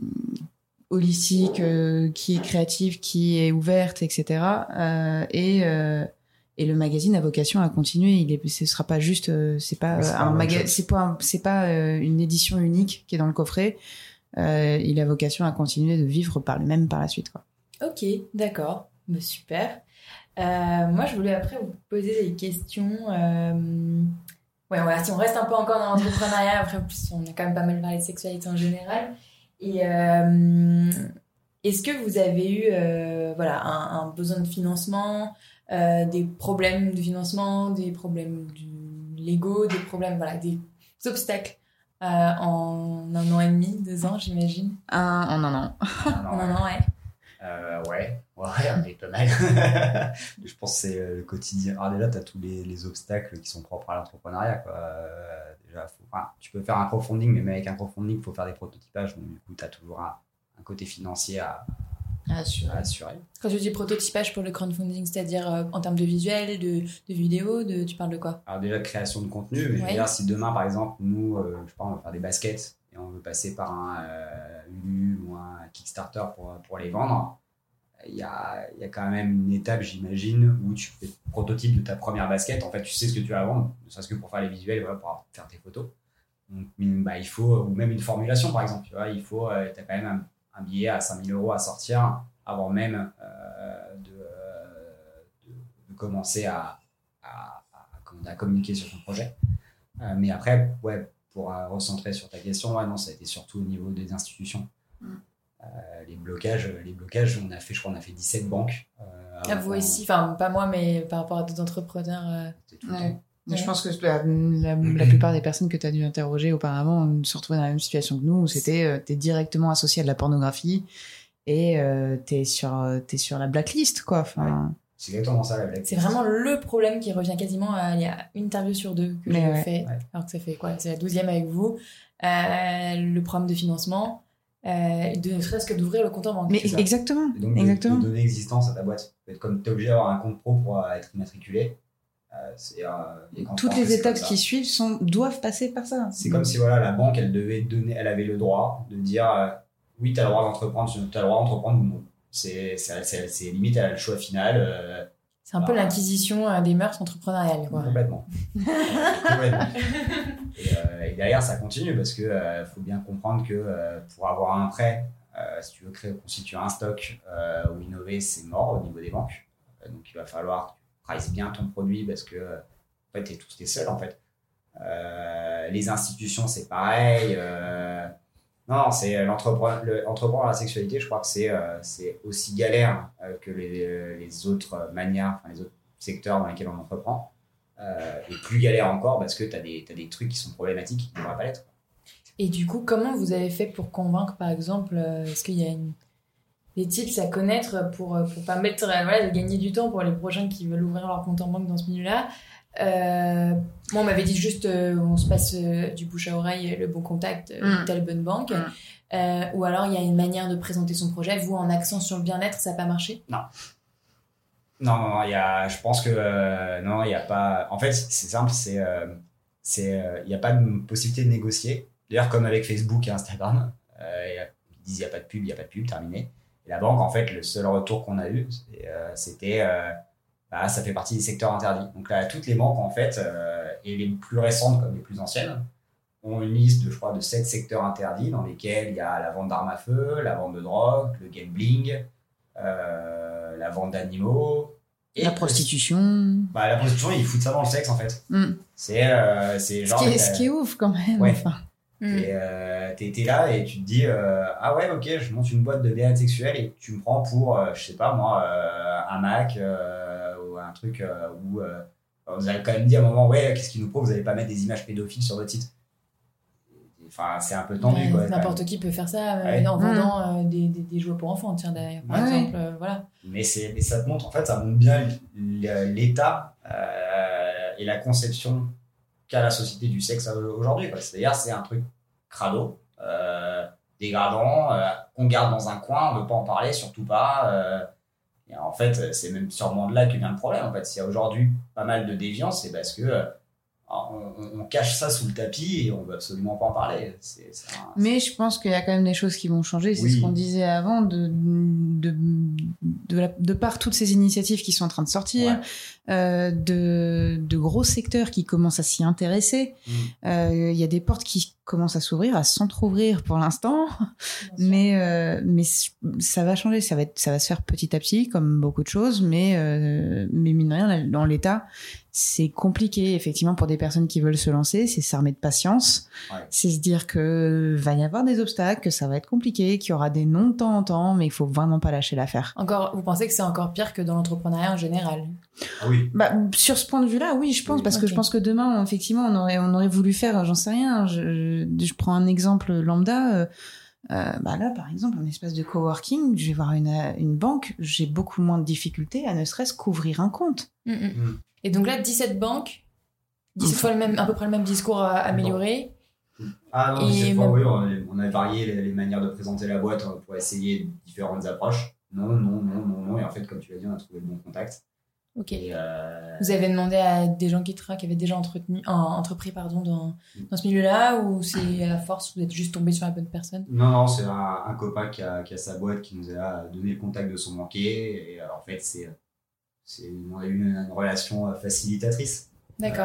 holistique, euh, qui est créative, qui est ouverte, et cetera. Euh, et, euh, et le magazine a vocation à continuer. Il est, ce sera pas juste, euh, c'est pas Ouais, c'est euh, pas un un maga- one-shot. c'est pas, un- c'est pas euh, une édition unique qui est dans le coffret. Euh, il a vocation à continuer de vivre par lui-même par la suite, quoi. Ok, d'accord. Bah, super. Euh, moi, je voulais après vous poser des questions. euh, Ouais, voilà, si on reste un peu encore dans l'entrepreneuriat, après, en plus, on a quand même pas mal parlé de sexualité en général. Et euh, est-ce que vous avez eu euh, voilà, un, un besoin de financement, euh, des problèmes de financement, des problèmes du légaux, des problèmes, voilà, des obstacles euh, en un an et demi, deux ans, j'imagine? Un, en un an. Ah, non, En ouais. un an, ouais. Euh, ouais, ouais, on est pas mal. Je pense que c'est euh, le quotidien. Alors déjà, tu as tous les, les obstacles qui sont propres à l'entrepreneuriat, quoi. Euh, déjà, faut, enfin, tu peux faire un crowdfunding, mais même avec un crowdfunding, il faut faire des prototypages. Donc, du coup, tu as toujours un, un côté financier à, Ah, sûr. à assurer. Quand tu dis prototypage pour le crowdfunding, c'est-à-dire euh, en termes de visuel, de, de vidéo, de, tu parles de quoi? Alors déjà, création de contenu, mais je veux Ouais. dire, si demain, par exemple, nous, euh, je sais pas, on va faire des baskets et on veut passer par un euh, Ulule ou un Kickstarter pour, pour les vendre, il y a, il y a quand même une étape, j'imagine, où tu fais le prototype de ta première basket. En fait, tu sais ce que tu vas vendre, ne serait-ce que pour faire les visuels, voilà, pour faire tes photos. Donc, bah, il faut, ou même une formulation, par exemple, tu vois, il faut, euh, tu as quand même un, un billet à cinq mille euros à sortir avant même euh, de, euh, de, de commencer à, à, à, à communiquer sur ton projet. Euh, mais après, ouais, pour euh, recentrer sur ta question, ouais, non, ça a été surtout au niveau des institutions. Mm. Euh, les blocages, les blocages, on a fait, je crois, on a fait dix-sept banques. Euh, Ah, vous aussi, enfin, pas moi, mais par rapport à d'autres entrepreneurs. euh, C'était tout le Ouais. temps. Mais Je Ouais. pense que la, la, la plupart des personnes que tu as dû interroger auparavant se retrouvaient dans la même situation que nous, où c'était euh, t'es directement associé à de la pornographie et euh, t'es sur euh, t'es sur la blacklist, quoi. Enfin, C'est exactement ça la blague. C'est vraiment le problème qui revient quasiment à, il y a une interview sur deux que Mais j'ai ouais, fait, ouais. alors que ça fait quoi? C'est la douzième avec vous. Euh, le programme de financement, euh, de ne serait-ce que d'ouvrir le compte en banque. mais c'est ça. exactement, Et donc, de, exactement. de donner existence à ta boîte. Comme tu es obligé d'avoir un compte pro pour euh, être immatriculé, euh, c'est, euh, et quand Toutes on fait, les c'est étapes comme ça. qui suivent sont doivent passer par ça. C'est comme si voilà, la banque, elle devait donner, elle avait le droit de dire euh, oui, tu as le droit d'entreprendre, tu as le droit d'entreprendre ou non. C'est, c'est, c'est, c'est limite, elle a le choix final. Euh, C'est un peu Ah. l'inquisition euh, des mœurs entrepreneuriales, quoi. Complètement. Complètement. Et, euh, et derrière, ça continue parce que euh, faut bien comprendre que euh, pour avoir un prêt, euh, si tu veux créer, constituer un stock euh, ou innover, c'est mort au niveau des banques. Euh, donc il va falloir que tu prices bien ton produit parce que euh, en fait, t'es tous t'es seul en fait. Euh, les institutions, c'est pareil. Euh, non, non, c'est l'entrepreneur, le- entreprendre la sexualité, je crois que c'est euh, c'est aussi galère euh, que les, les autres manières, enfin, les autres secteurs dans lesquels on entreprend. Euh, et plus galère encore parce que tu as des, t'as des trucs qui sont problématiques qui ne devraient pas l'être. Et du coup, comment vous avez fait pour convaincre, par exemple, euh, est-ce qu'il y a une... des tips à connaître pour euh, pour pas mettre, euh, voilà, de gagner du temps pour les prochains qui veulent ouvrir leur compte en banque dans ce milieu-là? Euh, moi, on m'avait dit juste, euh, on se passe euh, du bouche à oreille, le bon contact, euh, Mm. telle bonne banque. Mm. Euh, ou alors, il y a une manière de présenter son projet. Vous, en accent sur le bien-être, ça n'a pas marché? Non, non, non, il y a, je pense que euh, non, il n'y a pas. En fait, c'est simple, c'est, euh, c'est, euh, il n'y a pas de possibilité de négocier. D'ailleurs, comme avec Facebook et Instagram, euh, ils disent il n'y a pas de pub, il n'y a pas de pub, terminé. Et la banque, en fait, le seul retour qu'on a eu, c'est, euh, c'était, euh, bah, ça fait partie des secteurs interdits. Donc là, toutes les banques, en fait, euh, et les plus récentes comme les plus anciennes, ont une liste de, je crois, de sept secteurs interdits dans lesquels il y a la vente d'armes à feu, la vente de drogue, le gambling. Euh, la vente d'animaux et la prostitution. Bah, la prostitution, ils foutent ça dans le sexe en fait. Mm. C'est, euh, c'est genre. Ce qui est, ce qui est ouf quand même. Ouais. Enfin. Et euh, t'es, t'es là et tu te dis euh, ah ouais, ok, je monte une boîte de V A sexuelle et tu me prends pour, euh, je sais pas moi, euh, un Mac euh, ou un truc euh, où euh, vous allez quand même dire à un moment, ouais, qu'est-ce qui nous prouve, vous n'allez pas mettre des images pédophiles sur votre site. Enfin, c'est un peu tendu. Ouais, quoi, n'importe qui peut faire ça euh, ouais. en vendant euh, des, des, des jouets pour enfants, tiens, d'ailleurs, par ouais. exemple. Euh, voilà. Mais, c'est, mais ça te montre, en fait, ça montre bien l'état euh, et la conception qu'a la société du sexe aujourd'hui. Quoi. C'est-à-dire, c'est un truc crado, euh, dégradant, euh, qu'on garde dans un coin, on ne veut pas en parler, surtout pas. Euh, et en fait, c'est même sûrement de là que vient le problème. En fait, s'il y a aujourd'hui pas mal de déviance, c'est parce que euh, On, on cache ça sous le tapis et on veut absolument pas en parler. C'est, c'est un... Mais je pense qu'il y a quand même des choses qui vont changer. C'est oui. ce qu'on disait avant, de, de, de, la, de par toutes ces initiatives qui sont en train de sortir, ouais. euh, de, de gros secteurs qui commencent à s'y intéresser. Il mmh. euh, y a des portes qui commencent à s'ouvrir, à s'entrouvrir pour l'instant, mais, euh, mais ça va changer. Ça va, être, ça va se faire petit à petit, comme beaucoup de choses, mais, euh, mais mine de rien, dans l'état, c'est compliqué, effectivement, pour des personnes qui veulent se lancer. C'est s'armer de patience. Ouais. C'est se dire que va y avoir des obstacles, que ça va être compliqué, qu'il y aura des non de temps en temps, mais il faut vraiment pas lâcher l'affaire. Encore, vous pensez que c'est encore pire que dans l'entrepreneuriat en général? Ah oui. Bah, sur ce point de vue-là, oui, je pense, oui, parce okay. que je pense que demain, effectivement, on aurait, on aurait voulu faire, j'en sais rien. Je, je prends un exemple lambda. Euh, Euh, bah là, par exemple, un espace de coworking, je vais voir une, une banque, j'ai beaucoup moins de difficultés à ne serait-ce qu'ouvrir un compte. Mmh, mmh. Et donc là, dix-sept banques, dix-sept fois le même, à peu près le même discours à améliorer. Ah non, dix-sept fois, oui, on a varié les, les manières de présenter la boîte pour essayer différentes approches. Non, non, non, non, non. Et en fait, comme tu l'as dit, on a trouvé le bon contact. Ok. Et euh... Vous avez demandé à des gens qui, tra- qui avaient déjà entretenu, euh, entrepris pardon, dans, dans ce milieu-là, ou c'est à la force, vous êtes juste tombé sur la bonne personne? Non, non, c'est un, un copain qui a, qui a sa boîte qui nous a donné le contact de son banquier. Et euh, en fait, c'est, c'est, on a eu une, une relation facilitatrice. D'accord.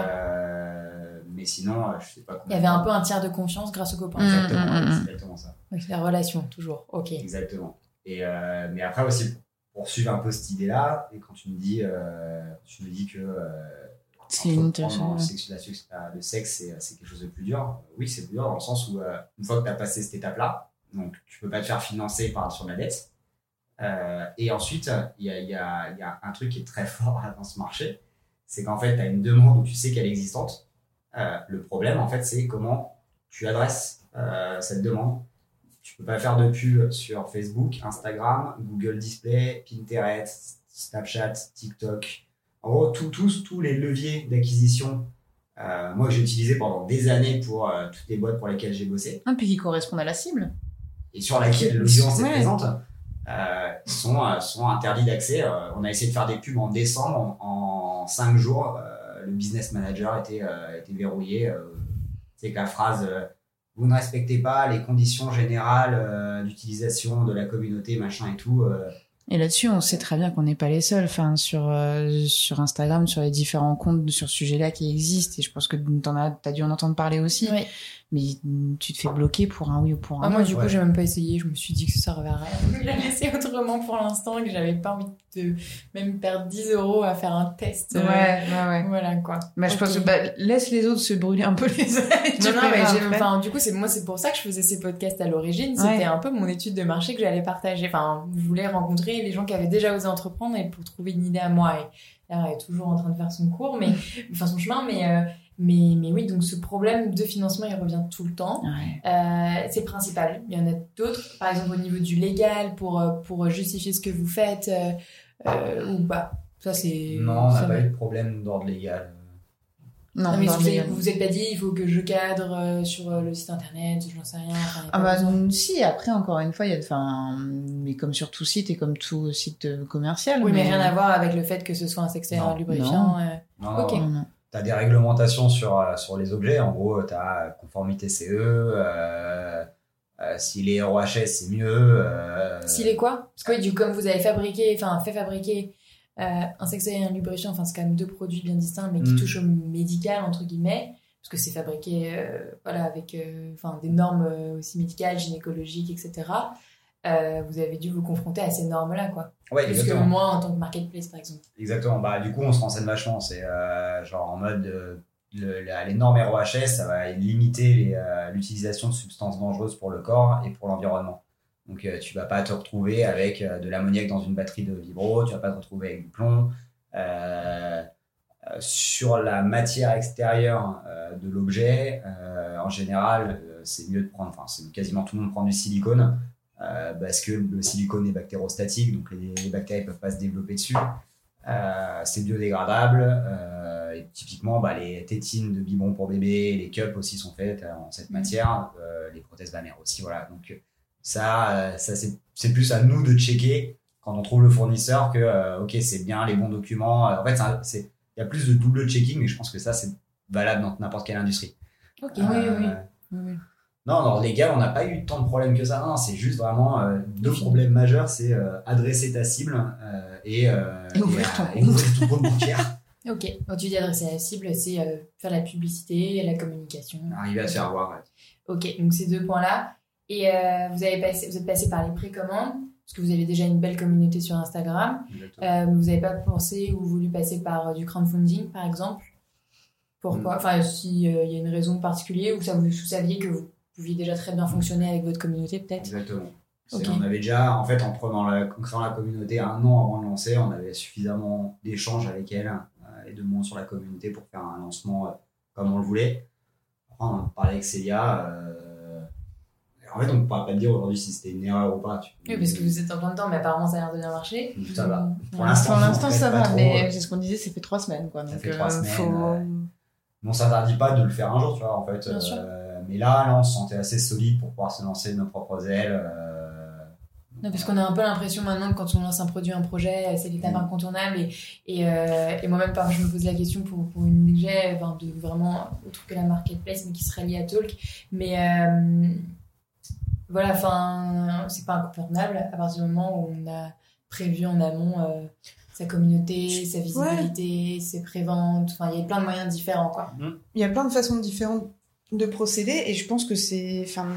Euh, mais sinon, je sais pas. Il y avait un peu un tiers de confiance grâce au copain. Exactement, mmh, mmh. c'est exactement ça. Donc, la relation, toujours. Ok. Exactement. Et euh, mais après aussi, pour suivre un peu cette idée-là, et quand tu me dis, euh, tu me dis que euh, c'est une le sexe, la, le sexe c'est, c'est quelque chose de plus dur. Oui, c'est plus dur dans le sens où euh, une fois que tu as passé cette étape-là, donc tu peux pas te faire financer par sur la dette. Euh, et ensuite, il y a, y, a, y a un truc qui est très fort dans ce marché, c'est qu'en fait, tu as une demande où tu sais qu'elle est existante. Euh, le problème, en fait, c'est comment tu adresses euh, cette demande. Tu peux pas faire de pub sur Facebook, Instagram, Google Display, Pinterest, Snapchat, TikTok. En gros, tout, tous, tous les leviers d'acquisition, euh, moi que j'ai utilisé pendant des années pour euh, toutes les boîtes pour lesquelles j'ai bossé. Ah, puis qui correspondent à la cible. Et sur laquelle l'audience ouais. est présente, euh, sont, euh, sont interdits d'accès. Euh, on a essayé de faire des pubs en décembre. En, en cinq jours, euh, le business manager était, euh, était verrouillé. Euh, c'est que la phrase... Euh, vous ne respectez pas les conditions générales euh, d'utilisation de la communauté, machin et tout. Euh. Et là-dessus, on sait très bien qu'on n'est pas les seuls. Enfin, sur euh, sur Instagram, sur les différents comptes sur ce sujet-là qui existent. Et je pense que t'en as, t'as dû en entendre parler aussi. Oui. Mais tu te fais bloquer pour un oui ou pour un ah, non. Moi, du coup, ouais. j'ai même pas essayé. Je me suis dit que ça servait à rien. Je l'ai laissé autrement pour l'instant, que j'avais pas envie de même perdre dix euros à faire un test. Ouais, euh, ouais, ouais. Voilà, quoi. Bah, okay. Je pense que, bah, laisse les autres se brûler un peu les ailes. Non, non, mais j'ai, enfin, du coup, c'est, moi, c'est pour ça que je faisais ces podcasts à l'origine. C'était ouais. un peu mon étude de marché que j'allais partager. Enfin, je voulais rencontrer les gens qui avaient déjà osé entreprendre et pour trouver une idée à moi. Et là, elle est toujours en train de faire son cours, mais, enfin, son chemin, mais, euh, Mais, mais oui, donc ce problème de financement, il revient tout le temps. Ouais. Euh, c'est le principal. Il y en a d'autres, par exemple au niveau du légal, pour, pour justifier ce que vous faites, euh, ou pas. Ça, c'est... Non, on n'a ça pas va. eu de problème d'ordre légal. Non, non mais pas vous, avez, légalement. vous vous êtes pas dit il faut que je cadre euh, sur euh, le site internet, j'en sais rien. Enfin, y a Ah pas bah besoin. si, après encore une fois, il y a, enfin, mais comme sur tout site et comme tout site euh, commercial. Oui, mais rien à voir avec le fait que ce soit un sextoy Non. lubrifiant. euh. Non, non, Ok. non. Non, non. Tu as des réglementations sur, euh, sur les objets. En gros, tu as conformité C E. Euh, euh, S'il est R O H S, c'est mieux. Euh, S'il est quoi? Parce que oui, du comme vous avez fabriqué, enfin fait fabriquer euh, un sextoy et un lubrifiant, enfin c'est quand même deux produits bien distincts, mais qui Mm. touchent au médical entre guillemets, parce que c'est fabriqué, euh, voilà, avec, euh, enfin des normes euh, aussi médicales, gynécologiques, et cetera. Euh, vous avez dû vous confronter à ces normes-là, quoi. Ouais, Plus que exactement. moi en tant que marketplace, par exemple. Exactement. Bah, du coup, on se renseigne vachement. C'est euh, genre en mode euh, le, la- les normes R O H S, ça va limiter les, euh, l'utilisation de substances dangereuses pour le corps et pour l'environnement. Donc, euh, tu vas pas te retrouver avec euh, de l'ammoniac dans une batterie de vibro, tu vas pas te retrouver avec du plomb. Euh, euh, sur la matière extérieure euh, de l'objet, euh, en général, euh, c'est mieux de prendre, enfin, c'est quasiment tout le monde prend du silicone. Euh, parce que le silicone est bactérostatique, donc les, les bactéries ne peuvent pas se développer dessus. Euh, c'est biodégradable. Euh, et typiquement, bah, les tétines de biberon pour bébé, les cups aussi sont faites en cette matière, euh, les prothèses mammaires aussi. Voilà. Donc ça, euh, ça c'est, c'est plus à nous de checker quand on trouve le fournisseur que euh, ok, c'est bien les bons documents. En fait, c'est, c'est, il y a plus de double checking, mais je pense que ça c'est valable dans n'importe quelle industrie. Ok, Euh, oui, oui, oui, oui. Non, dans le légal, on n'a pas eu tant de problèmes que ça. Non, c'est juste vraiment euh, deux problèmes majeurs, c'est euh, adresser ta cible euh, et, euh, Et ouvrir ton euh, compte. et ouvrir ton compte bancaire. Ok, quand tu dis adresser à la cible, c'est euh, faire la publicité, la communication. Arriver à se faire voir. Ouais. Ok, donc ces deux points-là. Et euh, vous, avez passé, vous êtes passé par les précommandes, parce que vous avez déjà une belle communauté sur Instagram. Exactement. Euh, vous n'avez pas pensé ou voulu passer par euh, du crowdfunding, par exemple? Pourquoi? Mm. Enfin, s'il y a une raison particulière ou ça, vous saviez que vous pouviez déjà très bien fonctionner avec votre communauté, peut-être? Exactement. C'est, Ok. On avait déjà, en fait, en, prenant la, en créant la communauté un an avant de lancer, on avait suffisamment d'échanges avec elle euh, et de monde sur la communauté pour faire un lancement euh, comme on le voulait. Après, on en parlait avec Célia. Euh, en fait, on ne pourra pas te dire aujourd'hui si c'était une erreur ou pas. Tu, Oui, parce que vous êtes en plein dedans, mais apparemment ça a l'air de bien marcher. Ça va. Pour Ouais. l'instant, Pour l'instant, on ça regrette pas va, trop, mais euh, c'est ce qu'on disait, ça fait trois semaines, quoi. Ça Donc, fait trois euh, semaines, faut... ouais. on s'interdit pas de le faire un jour, tu vois, en fait. Bien sûr. Euh, mais là, là, on se sentait assez solide pour pouvoir se lancer de nos propres ailes. Euh, Non, parce qu'on a un peu l'impression maintenant que quand on lance un produit, un projet, c'est l'étape Mm. incontournable. Et, et, euh, et moi-même, par exemple, je me pose la question pour, pour une budget, enfin, de vraiment autre que la marketplace, mais qui serait liée à Talk. Mais euh, voilà, enfin, c'est pas incontournable à partir du moment où on a prévu en amont euh, sa communauté, sa visibilité, ses préventes. Enfin, il y a plein de moyens différents, quoi. Il y a plein de façons différentes de procéder et je pense que c'est, enfin,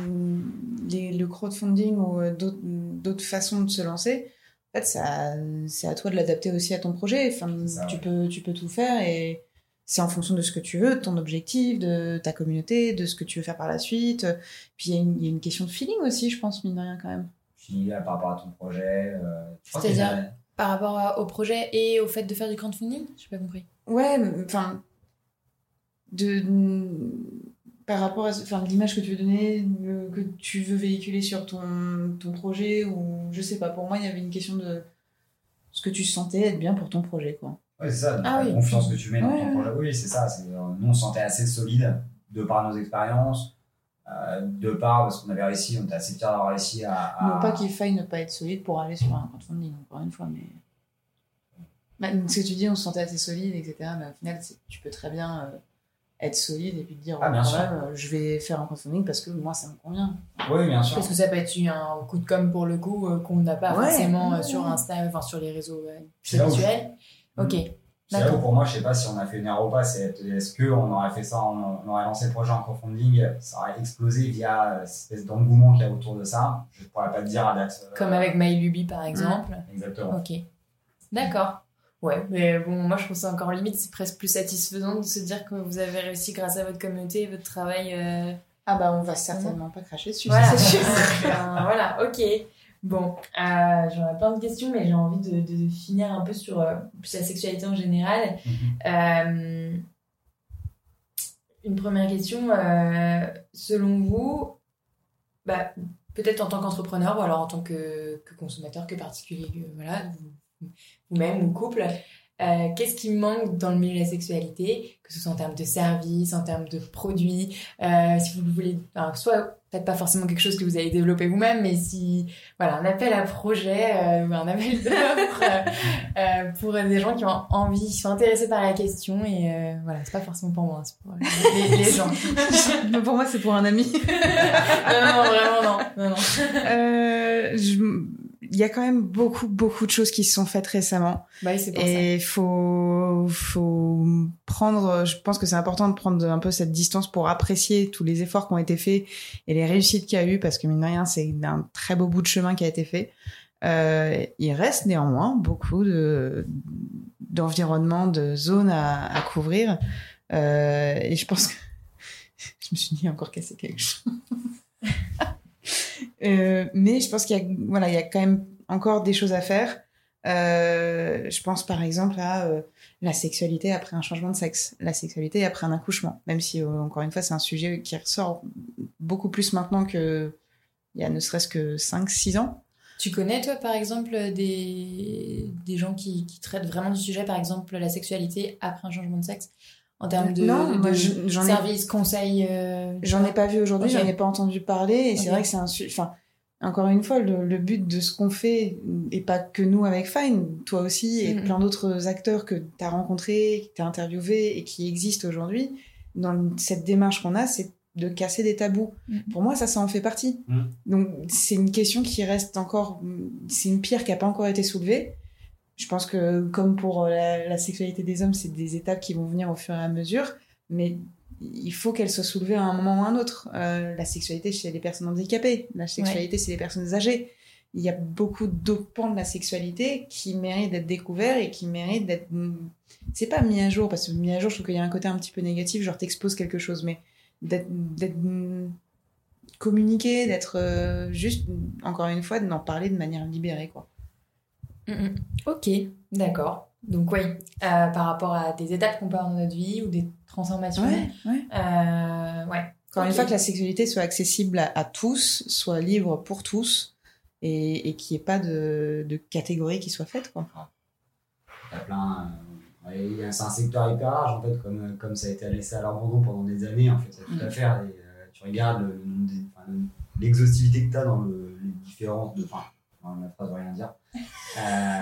les, le crowdfunding ou euh, d'autres, d'autres façons de se lancer, en fait, ça, c'est à toi de l'adapter aussi à ton projet. Enfin, ça, tu ouais. peux, tu peux tout faire et c'est en fonction de ce que tu veux, de ton objectif, de ta communauté, de ce que tu veux faire par la suite. Puis il y a une, il y a une question de feeling aussi, je pense, mine de rien, quand même. Puis là, par rapport à ton projet. Euh, je pense C'est-à-dire que- Par rapport à- au projet et au fait de faire du crowdfunding? Je n'ai pas compris. Ouais, enfin, de, par rapport à enfin, l'image que tu veux donner, le- que tu veux véhiculer sur ton, ton projet, ou je sais pas, pour moi, il y avait une question de ce que tu sentais être bien pour ton projet, quoi. Ouais, c'est ça, Ah la oui. confiance que tu mets dans Ouais, ton ouais. projet. Oui, c'est ça. C'est, euh, nous, on se sentait assez solide de par nos expériences, euh, de par parce qu'on avait réussi, on était assez fiers d'avoir réussi à. à- Non pas qu'il faille ne pas être solide pour aller sur un crowdfunding, encore une fois, mais... Bah, ce que tu dis, on se sentait assez solide, et cetera. Mais au final, c'est- tu peux très bien euh, être solide et puis te dire, Ah, oh, bien quand sûr. même, euh, je vais faire un crowdfunding parce que moi, ça me convient. Oui, bien sûr. Parce que ça peut être un coup de com' pour le coup euh, qu'on n'a pas Ouais. forcément euh, Ouais. sur Insta, enfin sur les réseaux euh, C'est là où habituels. Ok. C'est là D'accord. où pour moi, je sais pas si on a fait une erreur ou pas. C'est, est-ce qu'on aurait fait ça, on, on aurait lancé le projet en crowdfunding, ça aurait explosé via cette espèce d'engouement qu'il y a autour de ça. Je pourrais pas te dire à date. euh, Comme avec MyLuby par exemple. Exactement. Ok. D'accord. Ouais, mais bon, moi je trouve ça encore limite, c'est presque plus satisfaisant de se dire que vous avez réussi grâce à votre communauté et votre travail. euh, Ah bah, on va certainement pas cracher dessus, Voilà, ça, c'est sûr. Enfin, voilà, ok. Bon, euh, j'aurais plein de questions, mais j'ai envie de, de, de finir un peu sur euh, plus la sexualité en général. Mhm. Euh, une première question, euh, selon vous, bah, peut-être en tant qu'entrepreneur ou alors en tant que, que consommateur, que particulier, que, voilà, vous- vous-même ou couple, Euh, qu'est-ce qui manque dans le milieu de la sexualité, que ce soit en termes de services, en termes de produits, euh, si vous voulez, enfin, soit peut-être pas forcément quelque chose que vous allez développer vous-même, mais si, voilà, un appel à projet, euh, un appel d'offres euh, euh, pour des gens qui ont envie, qui sont intéressés par la question, et euh, voilà, c'est pas forcément pour moi, c'est pour les, les gens. Pour moi, c'est pour un ami. non, non, vraiment, non. non, non. Euh, je... Il y a quand même beaucoup, beaucoup de choses qui se sont faites récemment. Bah oui, c'est pour et il faut, faut prendre, je pense que c'est important de prendre un peu cette distance pour apprécier tous les efforts qui ont été faits et les réussites qu'il y a eu, parce que mine de rien, c'est un très beau bout de chemin qui a été fait. Euh, il reste néanmoins beaucoup de, d'environnements, de zones à, à couvrir. Euh, et je pense que je me suis dit encore casser quelque chose. Euh, mais je pense qu'il y a, voilà, il y a quand même encore des choses à faire. Euh, je pense par exemple à euh, la sexualité après un changement de sexe, la sexualité après un accouchement, même si euh, encore une fois c'est un sujet qui ressort beaucoup plus maintenant qu'il y a ne serait-ce que cinq six ans. Tu connais toi par exemple des, des gens qui, qui traitent vraiment du sujet, par exemple la sexualité après un changement de sexe? En termes de, non, de moi, j'en services, ai... conseils euh, J'en ai pas vu aujourd'hui, okay. J'en ai pas entendu parler. Et okay. C'est vrai que c'est un sujet... Enfin, encore une fois, le, le but de ce qu'on fait, et pas que nous avec Fine, toi aussi, et mm-hmm. plein d'autres acteurs que tu as rencontrés, que tu as interviewés et qui existent aujourd'hui, dans cette démarche qu'on a, c'est de casser des tabous. Mm-hmm. Pour moi, ça, ça en fait partie. Mm-hmm. Donc, c'est une question qui reste encore... C'est une pierre qui n'a pas encore été soulevée. Je pense que, comme pour la, la sexualité des hommes, c'est des étapes qui vont venir au fur et à mesure, mais il faut qu'elle soit soulevée à un moment ou à un autre. Euh, la sexualité chez les personnes handicapées, la sexualité, ouais. c'est les personnes âgées. Il y a beaucoup d'autres pans de la sexualité qui méritent d'être découverts et qui méritent d'être... C'est pas mis à jour, parce que mis à jour, je trouve qu'il y a un côté un petit peu négatif, genre t'exposes quelque chose, mais d'être, d'être communiqué, d'être euh, juste, encore une fois, d'en parler de manière libérée, quoi. Mmh. Ok, d'accord. Donc oui, euh, par rapport à des étapes qu'on peut avoir dans notre vie ou des transformations. Ouais, ouais. Euh, ouais. Encore okay. une fois, que la sexualité soit accessible à, à tous, soit libre pour tous, et, et qu'il n'y ait pas de, de catégorie qui soit faite, quoi. Il y a plein... Euh, c'est un secteur hyper large, en fait, comme, comme ça a été laissé à l'abandon pendant des années, en fait, ça a tout à faire. Et, euh, tu regardes le, le, enfin, l'exhaustivité que tu as dans le, les différences de... Enfin, ma phrase ne veut rien dire. Euh,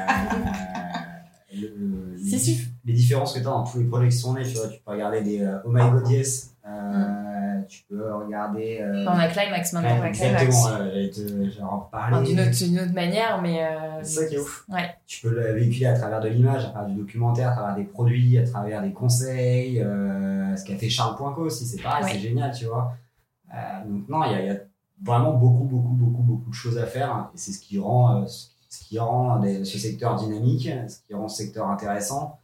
le, le, les, si, si. les différences que tu as dans tous les projets qui sont nés, tu vois, tu peux regarder des euh, Oh My God Yes, euh, mm. tu peux regarder. Euh, on a Climax maintenant. Ouais, exactement, euh, j'allais te en reparler. Enfin, d'une, autre, d'une autre manière, mais. Euh, c'est ça qui est ouf. Ouais. Tu peux le véhiculer à travers de l'image, à travers du documentaire, à travers des produits, à travers des conseils. Euh, ce qu'a fait Charles Poinco aussi, c'est pareil, ouais. c'est génial, tu vois. Euh, donc, non, il y a. Y a vraiment beaucoup, beaucoup, beaucoup, beaucoup de choses à faire, et c'est ce qui rend, euh, ce qui rend des, ce secteur dynamique, ce qui rend ce secteur intéressant.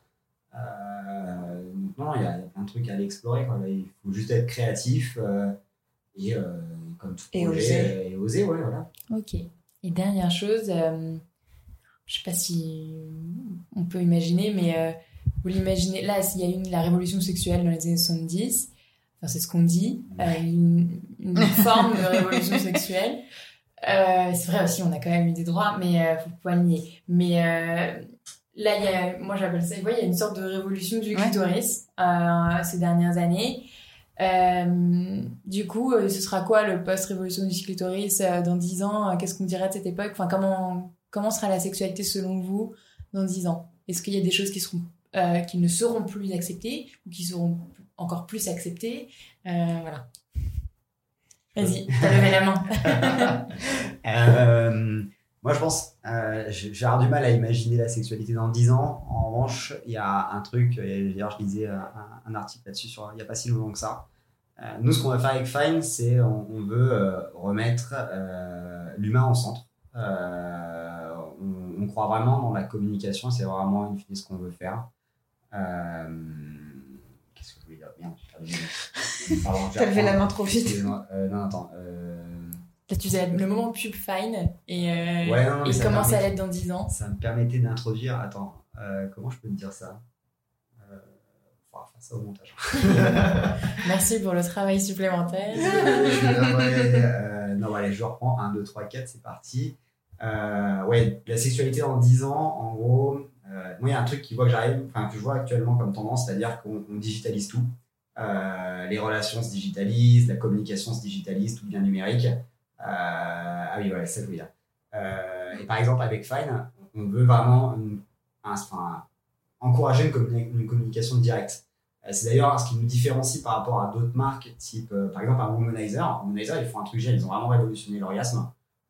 Euh, donc non, il y, y a plein de trucs à aller explorer, quoi. Là, il faut juste être créatif euh, et, euh, comme tout et projet, oser. et oser, ouais, voilà. Ok. Et dernière chose, euh, je sais pas si on peut imaginer, mais euh, vous l'imaginez, là, il y a eu la révolution sexuelle dans les années soixante-dix. Enfin, c'est ce qu'on dit, euh, une, une forme de révolution sexuelle. Euh, c'est vrai aussi, on a quand même eu des droits, mais euh, faut pas nier. Mais euh, là, il y a, moi j'appelle ça, vous voyez, il y a une sorte de révolution du clitoris ouais. euh, ces dernières années. Euh, du coup, euh, ce sera quoi le post-révolution du clitoris euh, dans dix ans euh, Qu'est-ce qu'on dirait de cette époque? Enfin, comment comment sera la sexualité selon vous dans dix ans? Est-ce qu'il y a des choses qui seront euh, qui ne seront plus acceptées ou qui seront encore plus acceptées? euh, Voilà. Vas-y, t'as levé la main. euh, moi, je pense, euh, j'ai avoir du mal à imaginer la sexualité dans dix ans. En revanche, il y a un truc, d'ailleurs, je lisais un, un article là-dessus sur, il n'y a pas si longtemps que ça. Euh, nous, ce qu'on va faire avec Fine, c'est on, on veut euh, remettre euh, l'humain au centre. Euh, on, on croit vraiment dans la communication, c'est vraiment une fine ce qu'on veut faire. Euh, Qu'est-ce que je voulais dire? Merde, j'ai perdu. T'as levé la main trop vite. Euh, non, attends. Euh... Là, tu faisais le moment pub Fine et, euh, ouais, non, et comment ça allait être dans dix ans? Ça me permettait d'introduire. Attends, euh, comment je peux te dire ça? euh... On va faire ça au montage. Merci pour le travail supplémentaire. euh, non, allez, je reprends. un, deux, trois, quatre, c'est parti. Euh, ouais, la sexualité en dix ans, en gros, Euh, moi, il y a un truc qui voit que j'arrive, enfin que je vois actuellement comme tendance, c'est-à-dire qu'on on digitalise tout. Euh, les relations se digitalisent, la communication se digitalise, tout devient numérique. Euh, ah oui, voilà, ça je veux dire. Euh, et par exemple, avec Fine, on veut vraiment une, un, enfin, encourager une, communi- une communication directe. Euh, c'est d'ailleurs ce qui nous différencie par rapport à d'autres marques, type euh, par exemple un Womanizer. Womanizer, ils font un truc génial, ils ont vraiment révolutionné l'orgasme.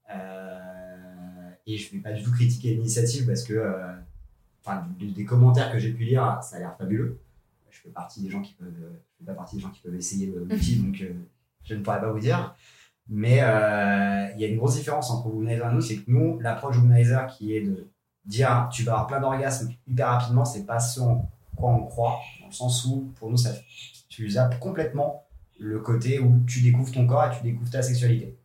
Euh, et je ne vais pas du tout critiquer l'initiative parce que, euh, enfin, des, des commentaires que j'ai pu lire, ça a l'air fabuleux. Je fais partie des gens qui peuvent, je fais pas partie des gens qui peuvent essayer l'outil, donc euh, je ne pourrais pas vous dire. Mais euh, il y a une grosse différence entre Womanizer et nous, c'est que nous, l'approche Womanizer qui est de dire tu vas avoir plein d'orgasmes hyper rapidement, c'est pas ce en quoi on croit, dans le sens où pour nous, ça, tu zappes complètement le côté où tu découvres ton corps et tu découvres ta sexualité.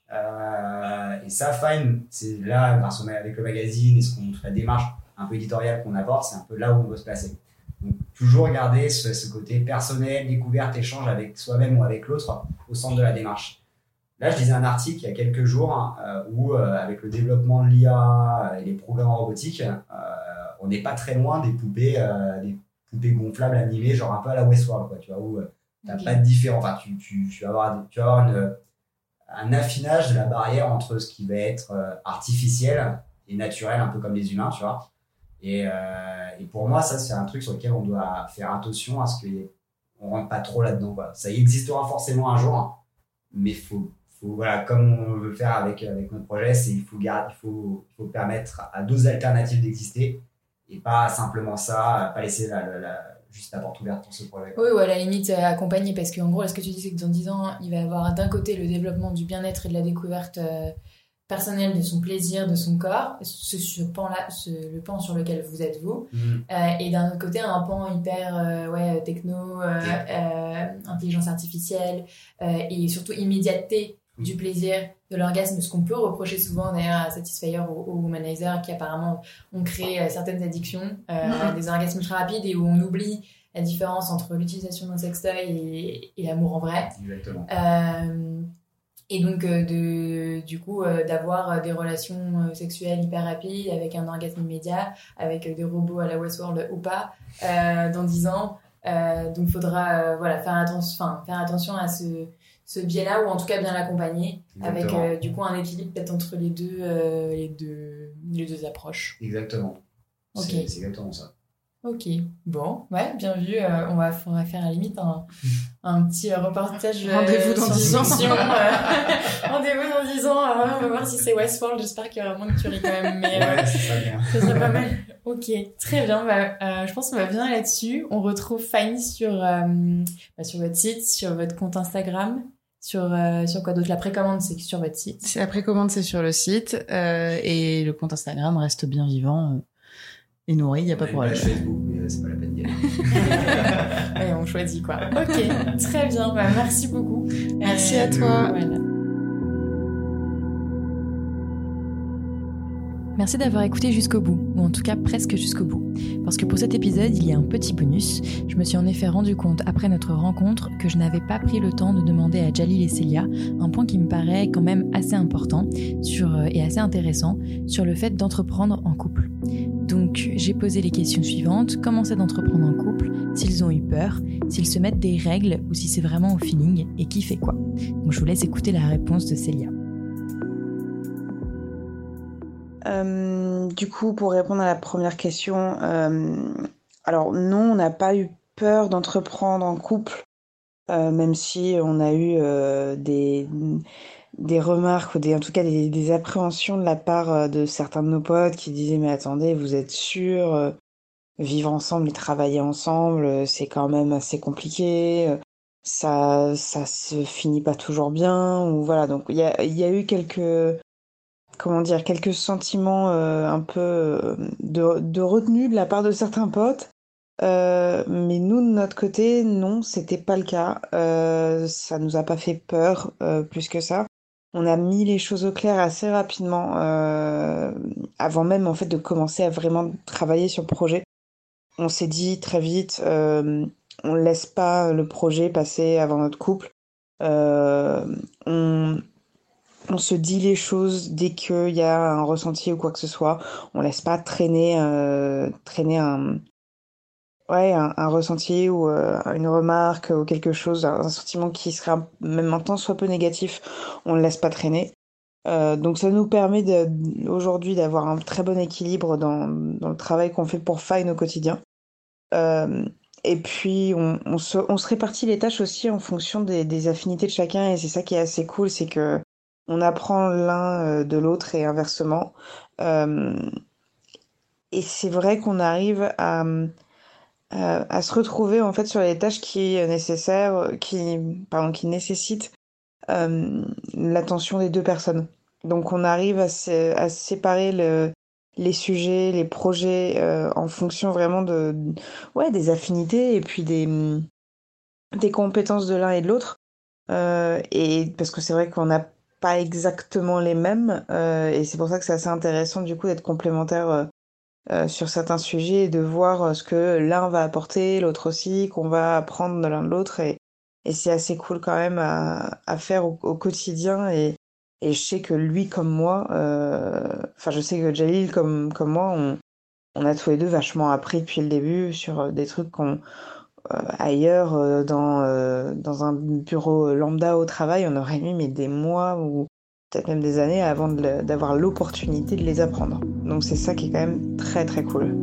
Euh, et ça, Fine, c'est là, grâce au, avec le magazine et ce qu'on, la démarche un peu éditoriale qu'on apporte, c'est un peu là où on veut se placer. Donc, toujours garder ce, ce côté personnel, découverte, échange avec soi-même ou avec l'autre au centre de la démarche. Là, je lisais un article il y a quelques jours hein, euh, où, euh, avec le développement de l'I A et les programmes robotiques, euh, on n'est pas très loin des poupées, euh, des poupées gonflables animées, genre un peu à la Westworld, quoi, tu vois, où euh, tu n'as okay. pas de différence. Enfin, tu, tu, tu vas avoir, tu vas avoir une, un affinage de la barrière entre ce qui va être euh, artificiel et naturel, un peu comme les humains, tu vois. Et, euh, et pour moi, ça, c'est un truc sur lequel on doit faire attention à ce qu'on ne rentre pas trop là-dedans, quoi. Ça existera forcément un jour, mais il faut, faut, voilà, comme on veut faire avec, avec notre projet, c'est il faut, garder, il faut, il faut permettre à d'autres alternatives d'exister et pas simplement ça, pas laisser la, la, la, juste la porte ouverte pour ce projet. Oui, ou à la limite accompagner, parce qu'en gros, ce que tu dis, c'est que dans dix ans, il va y avoir d'un côté le développement du bien-être et de la découverte euh, personnelle de son plaisir, de son corps, ce, ce pan-là, ce, le pan sur lequel vous êtes vous, mmh. euh, et d'un autre côté, un pan hyper euh, ouais, techno, euh, mmh. euh, intelligence artificielle, euh, et surtout immédiateté mmh. du plaisir, de l'orgasme, ce qu'on peut reprocher souvent d'ailleurs à Satisfyer ou au Womanizer, qui apparemment ont créé euh, certaines addictions, euh, mmh. des orgasmes très rapides, et où on oublie la différence entre l'utilisation d'un sextoy et, et l'amour en vrai. Exactement. Euh, Et donc, euh, de, du coup, euh, d'avoir des relations euh, sexuelles hyper rapides, avec un orgasme immédiat, avec euh, des robots à la Westworld ou pas, euh, dans dix ans. Euh, donc, il faudra euh, voilà, faire, atten- faire attention à ce, ce biais-là, ou en tout cas bien l'accompagner, avec euh, du coup un équilibre peut-être entre les deux, euh, les deux, les deux approches. Exactement. Okay. C'est, c'est exactement ça. Ok, bon, ouais, bien vu. Euh, on, va, on va faire à la limite un, un petit reportage. Euh, Rendez-vous dans dix ans. Euh, rendez-vous dans dix ans. Euh, on va voir si c'est Westworld. J'espère qu'il y aura moins de tueries quand même. Mais, ouais, euh, c'est ça bien. Ça serait pas mal. Ok, très bien. Bah, euh, je pense qu'on va bien là-dessus. On retrouve Fine sur, euh, bah, sur votre site, sur votre compte Instagram. Sur, euh, sur quoi d'autre? La précommande, c'est sur votre site. C'est la précommande, c'est sur le site. Euh, et le compte Instagram reste bien vivant. Euh. Et nourri, il n'y a pas de problème. Page Facebook, mais c'est pas la peine d'y aller. Ouais, on choisit quoi. Ok, très bien. Bah, merci beaucoup. Merci euh, à toi. Voilà. Merci d'avoir écouté jusqu'au bout, ou en tout cas presque jusqu'au bout. Parce que pour cet épisode, il y a un petit bonus. Je me suis en effet rendu compte après notre rencontre que je n'avais pas pris le temps de demander à Jalil et Célia un point qui me paraît quand même assez important sur, et assez intéressant sur le fait d'entreprendre en couple. Donc j'ai posé les questions suivantes. Comment c'est d'entreprendre en couple? S'ils ont eu peur, s'ils se mettent des règles ou si c'est vraiment au feeling, et qui fait quoi? Donc je vous laisse écouter la réponse de Célia. Euh, du coup, pour répondre à la première question, euh, alors non, on n'a pas eu peur d'entreprendre en couple, euh, même si on a eu euh, des, des remarques ou des, en tout cas des, des appréhensions de la part de certains de nos potes qui disaient mais attendez, vous êtes sûrs, euh, vivre ensemble et travailler ensemble, c'est quand même assez compliqué, ça, ça se finit pas toujours bien, ou voilà. Donc il y a, il y a eu quelques comment dire, quelques sentiments euh, un peu euh, de, de retenue de la part de certains potes. Euh, mais nous, de notre côté, non, c'était pas le cas. Euh, ça nous a pas fait peur euh, plus que ça. On a mis les choses au clair assez rapidement, euh, avant même en fait de commencer à vraiment travailler sur le projet. On s'est dit très vite, euh, on laisse pas le projet passer avant notre couple. Euh, on on se dit les choses dès qu'il y a un ressenti ou quoi que ce soit. On laisse pas traîner, euh, traîner un, ouais, un, un ressenti ou euh, une remarque ou quelque chose, un, un sentiment qui serait même un tant soit peu négatif. On le laisse pas traîner. Euh, donc ça nous permet de, aujourd'hui d'avoir un très bon équilibre dans, dans le travail qu'on fait pour Fine au quotidien. Euh, et puis on, on, se, on se répartit les tâches aussi en fonction des, des affinités de chacun, et c'est ça qui est assez cool, c'est que on apprend l'un de l'autre et inversement. Euh, et c'est vrai qu'on arrive à, à, à se retrouver en fait sur les tâches qui nécessaires, qui, pardon, qui nécessitent euh, l'attention des deux personnes. Donc on arrive à, se, à séparer le, les sujets, les projets euh, en fonction vraiment de, ouais, des affinités et puis des, des compétences de l'un et de l'autre. Euh, et parce que c'est vrai qu'on n'a pas exactement les mêmes, euh, et c'est pour ça que c'est assez intéressant du coup d'être complémentaires euh, euh, sur certains sujets et de voir euh, ce que l'un va apporter, l'autre aussi, qu'on va apprendre de l'un de l'autre, et, et c'est assez cool quand même à, à faire au, au quotidien, et, et je sais que lui comme moi, euh, enfin je sais que Jalil comme, comme moi, on, on a tous les deux vachement appris depuis le début sur des trucs qu'on Euh, ailleurs, euh, dans, euh, dans un bureau lambda au travail, on aurait mis mais des mois ou peut-être même des années avant de le, d'avoir l'opportunité de les apprendre. Donc c'est ça qui est quand même très très cool.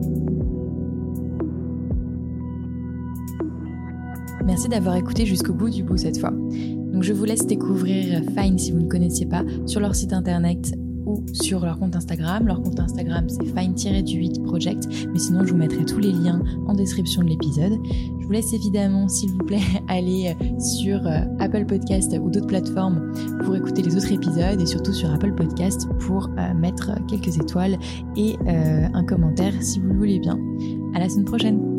Merci d'avoir écouté jusqu'au bout du bout cette fois. Donc je vous laisse découvrir Fine si vous ne connaissiez pas sur leur site internet ou sur leur compte Instagram. Leur compte Instagram c'est fine tiret huit project, mais sinon je vous mettrai tous les liens en description de l'épisode. Je vous laisse évidemment, s'il vous plaît, aller sur Apple Podcast ou d'autres plateformes pour écouter les autres épisodes, et surtout sur Apple Podcast pour euh, mettre quelques étoiles et euh, un commentaire si vous le voulez bien. À la semaine prochaine.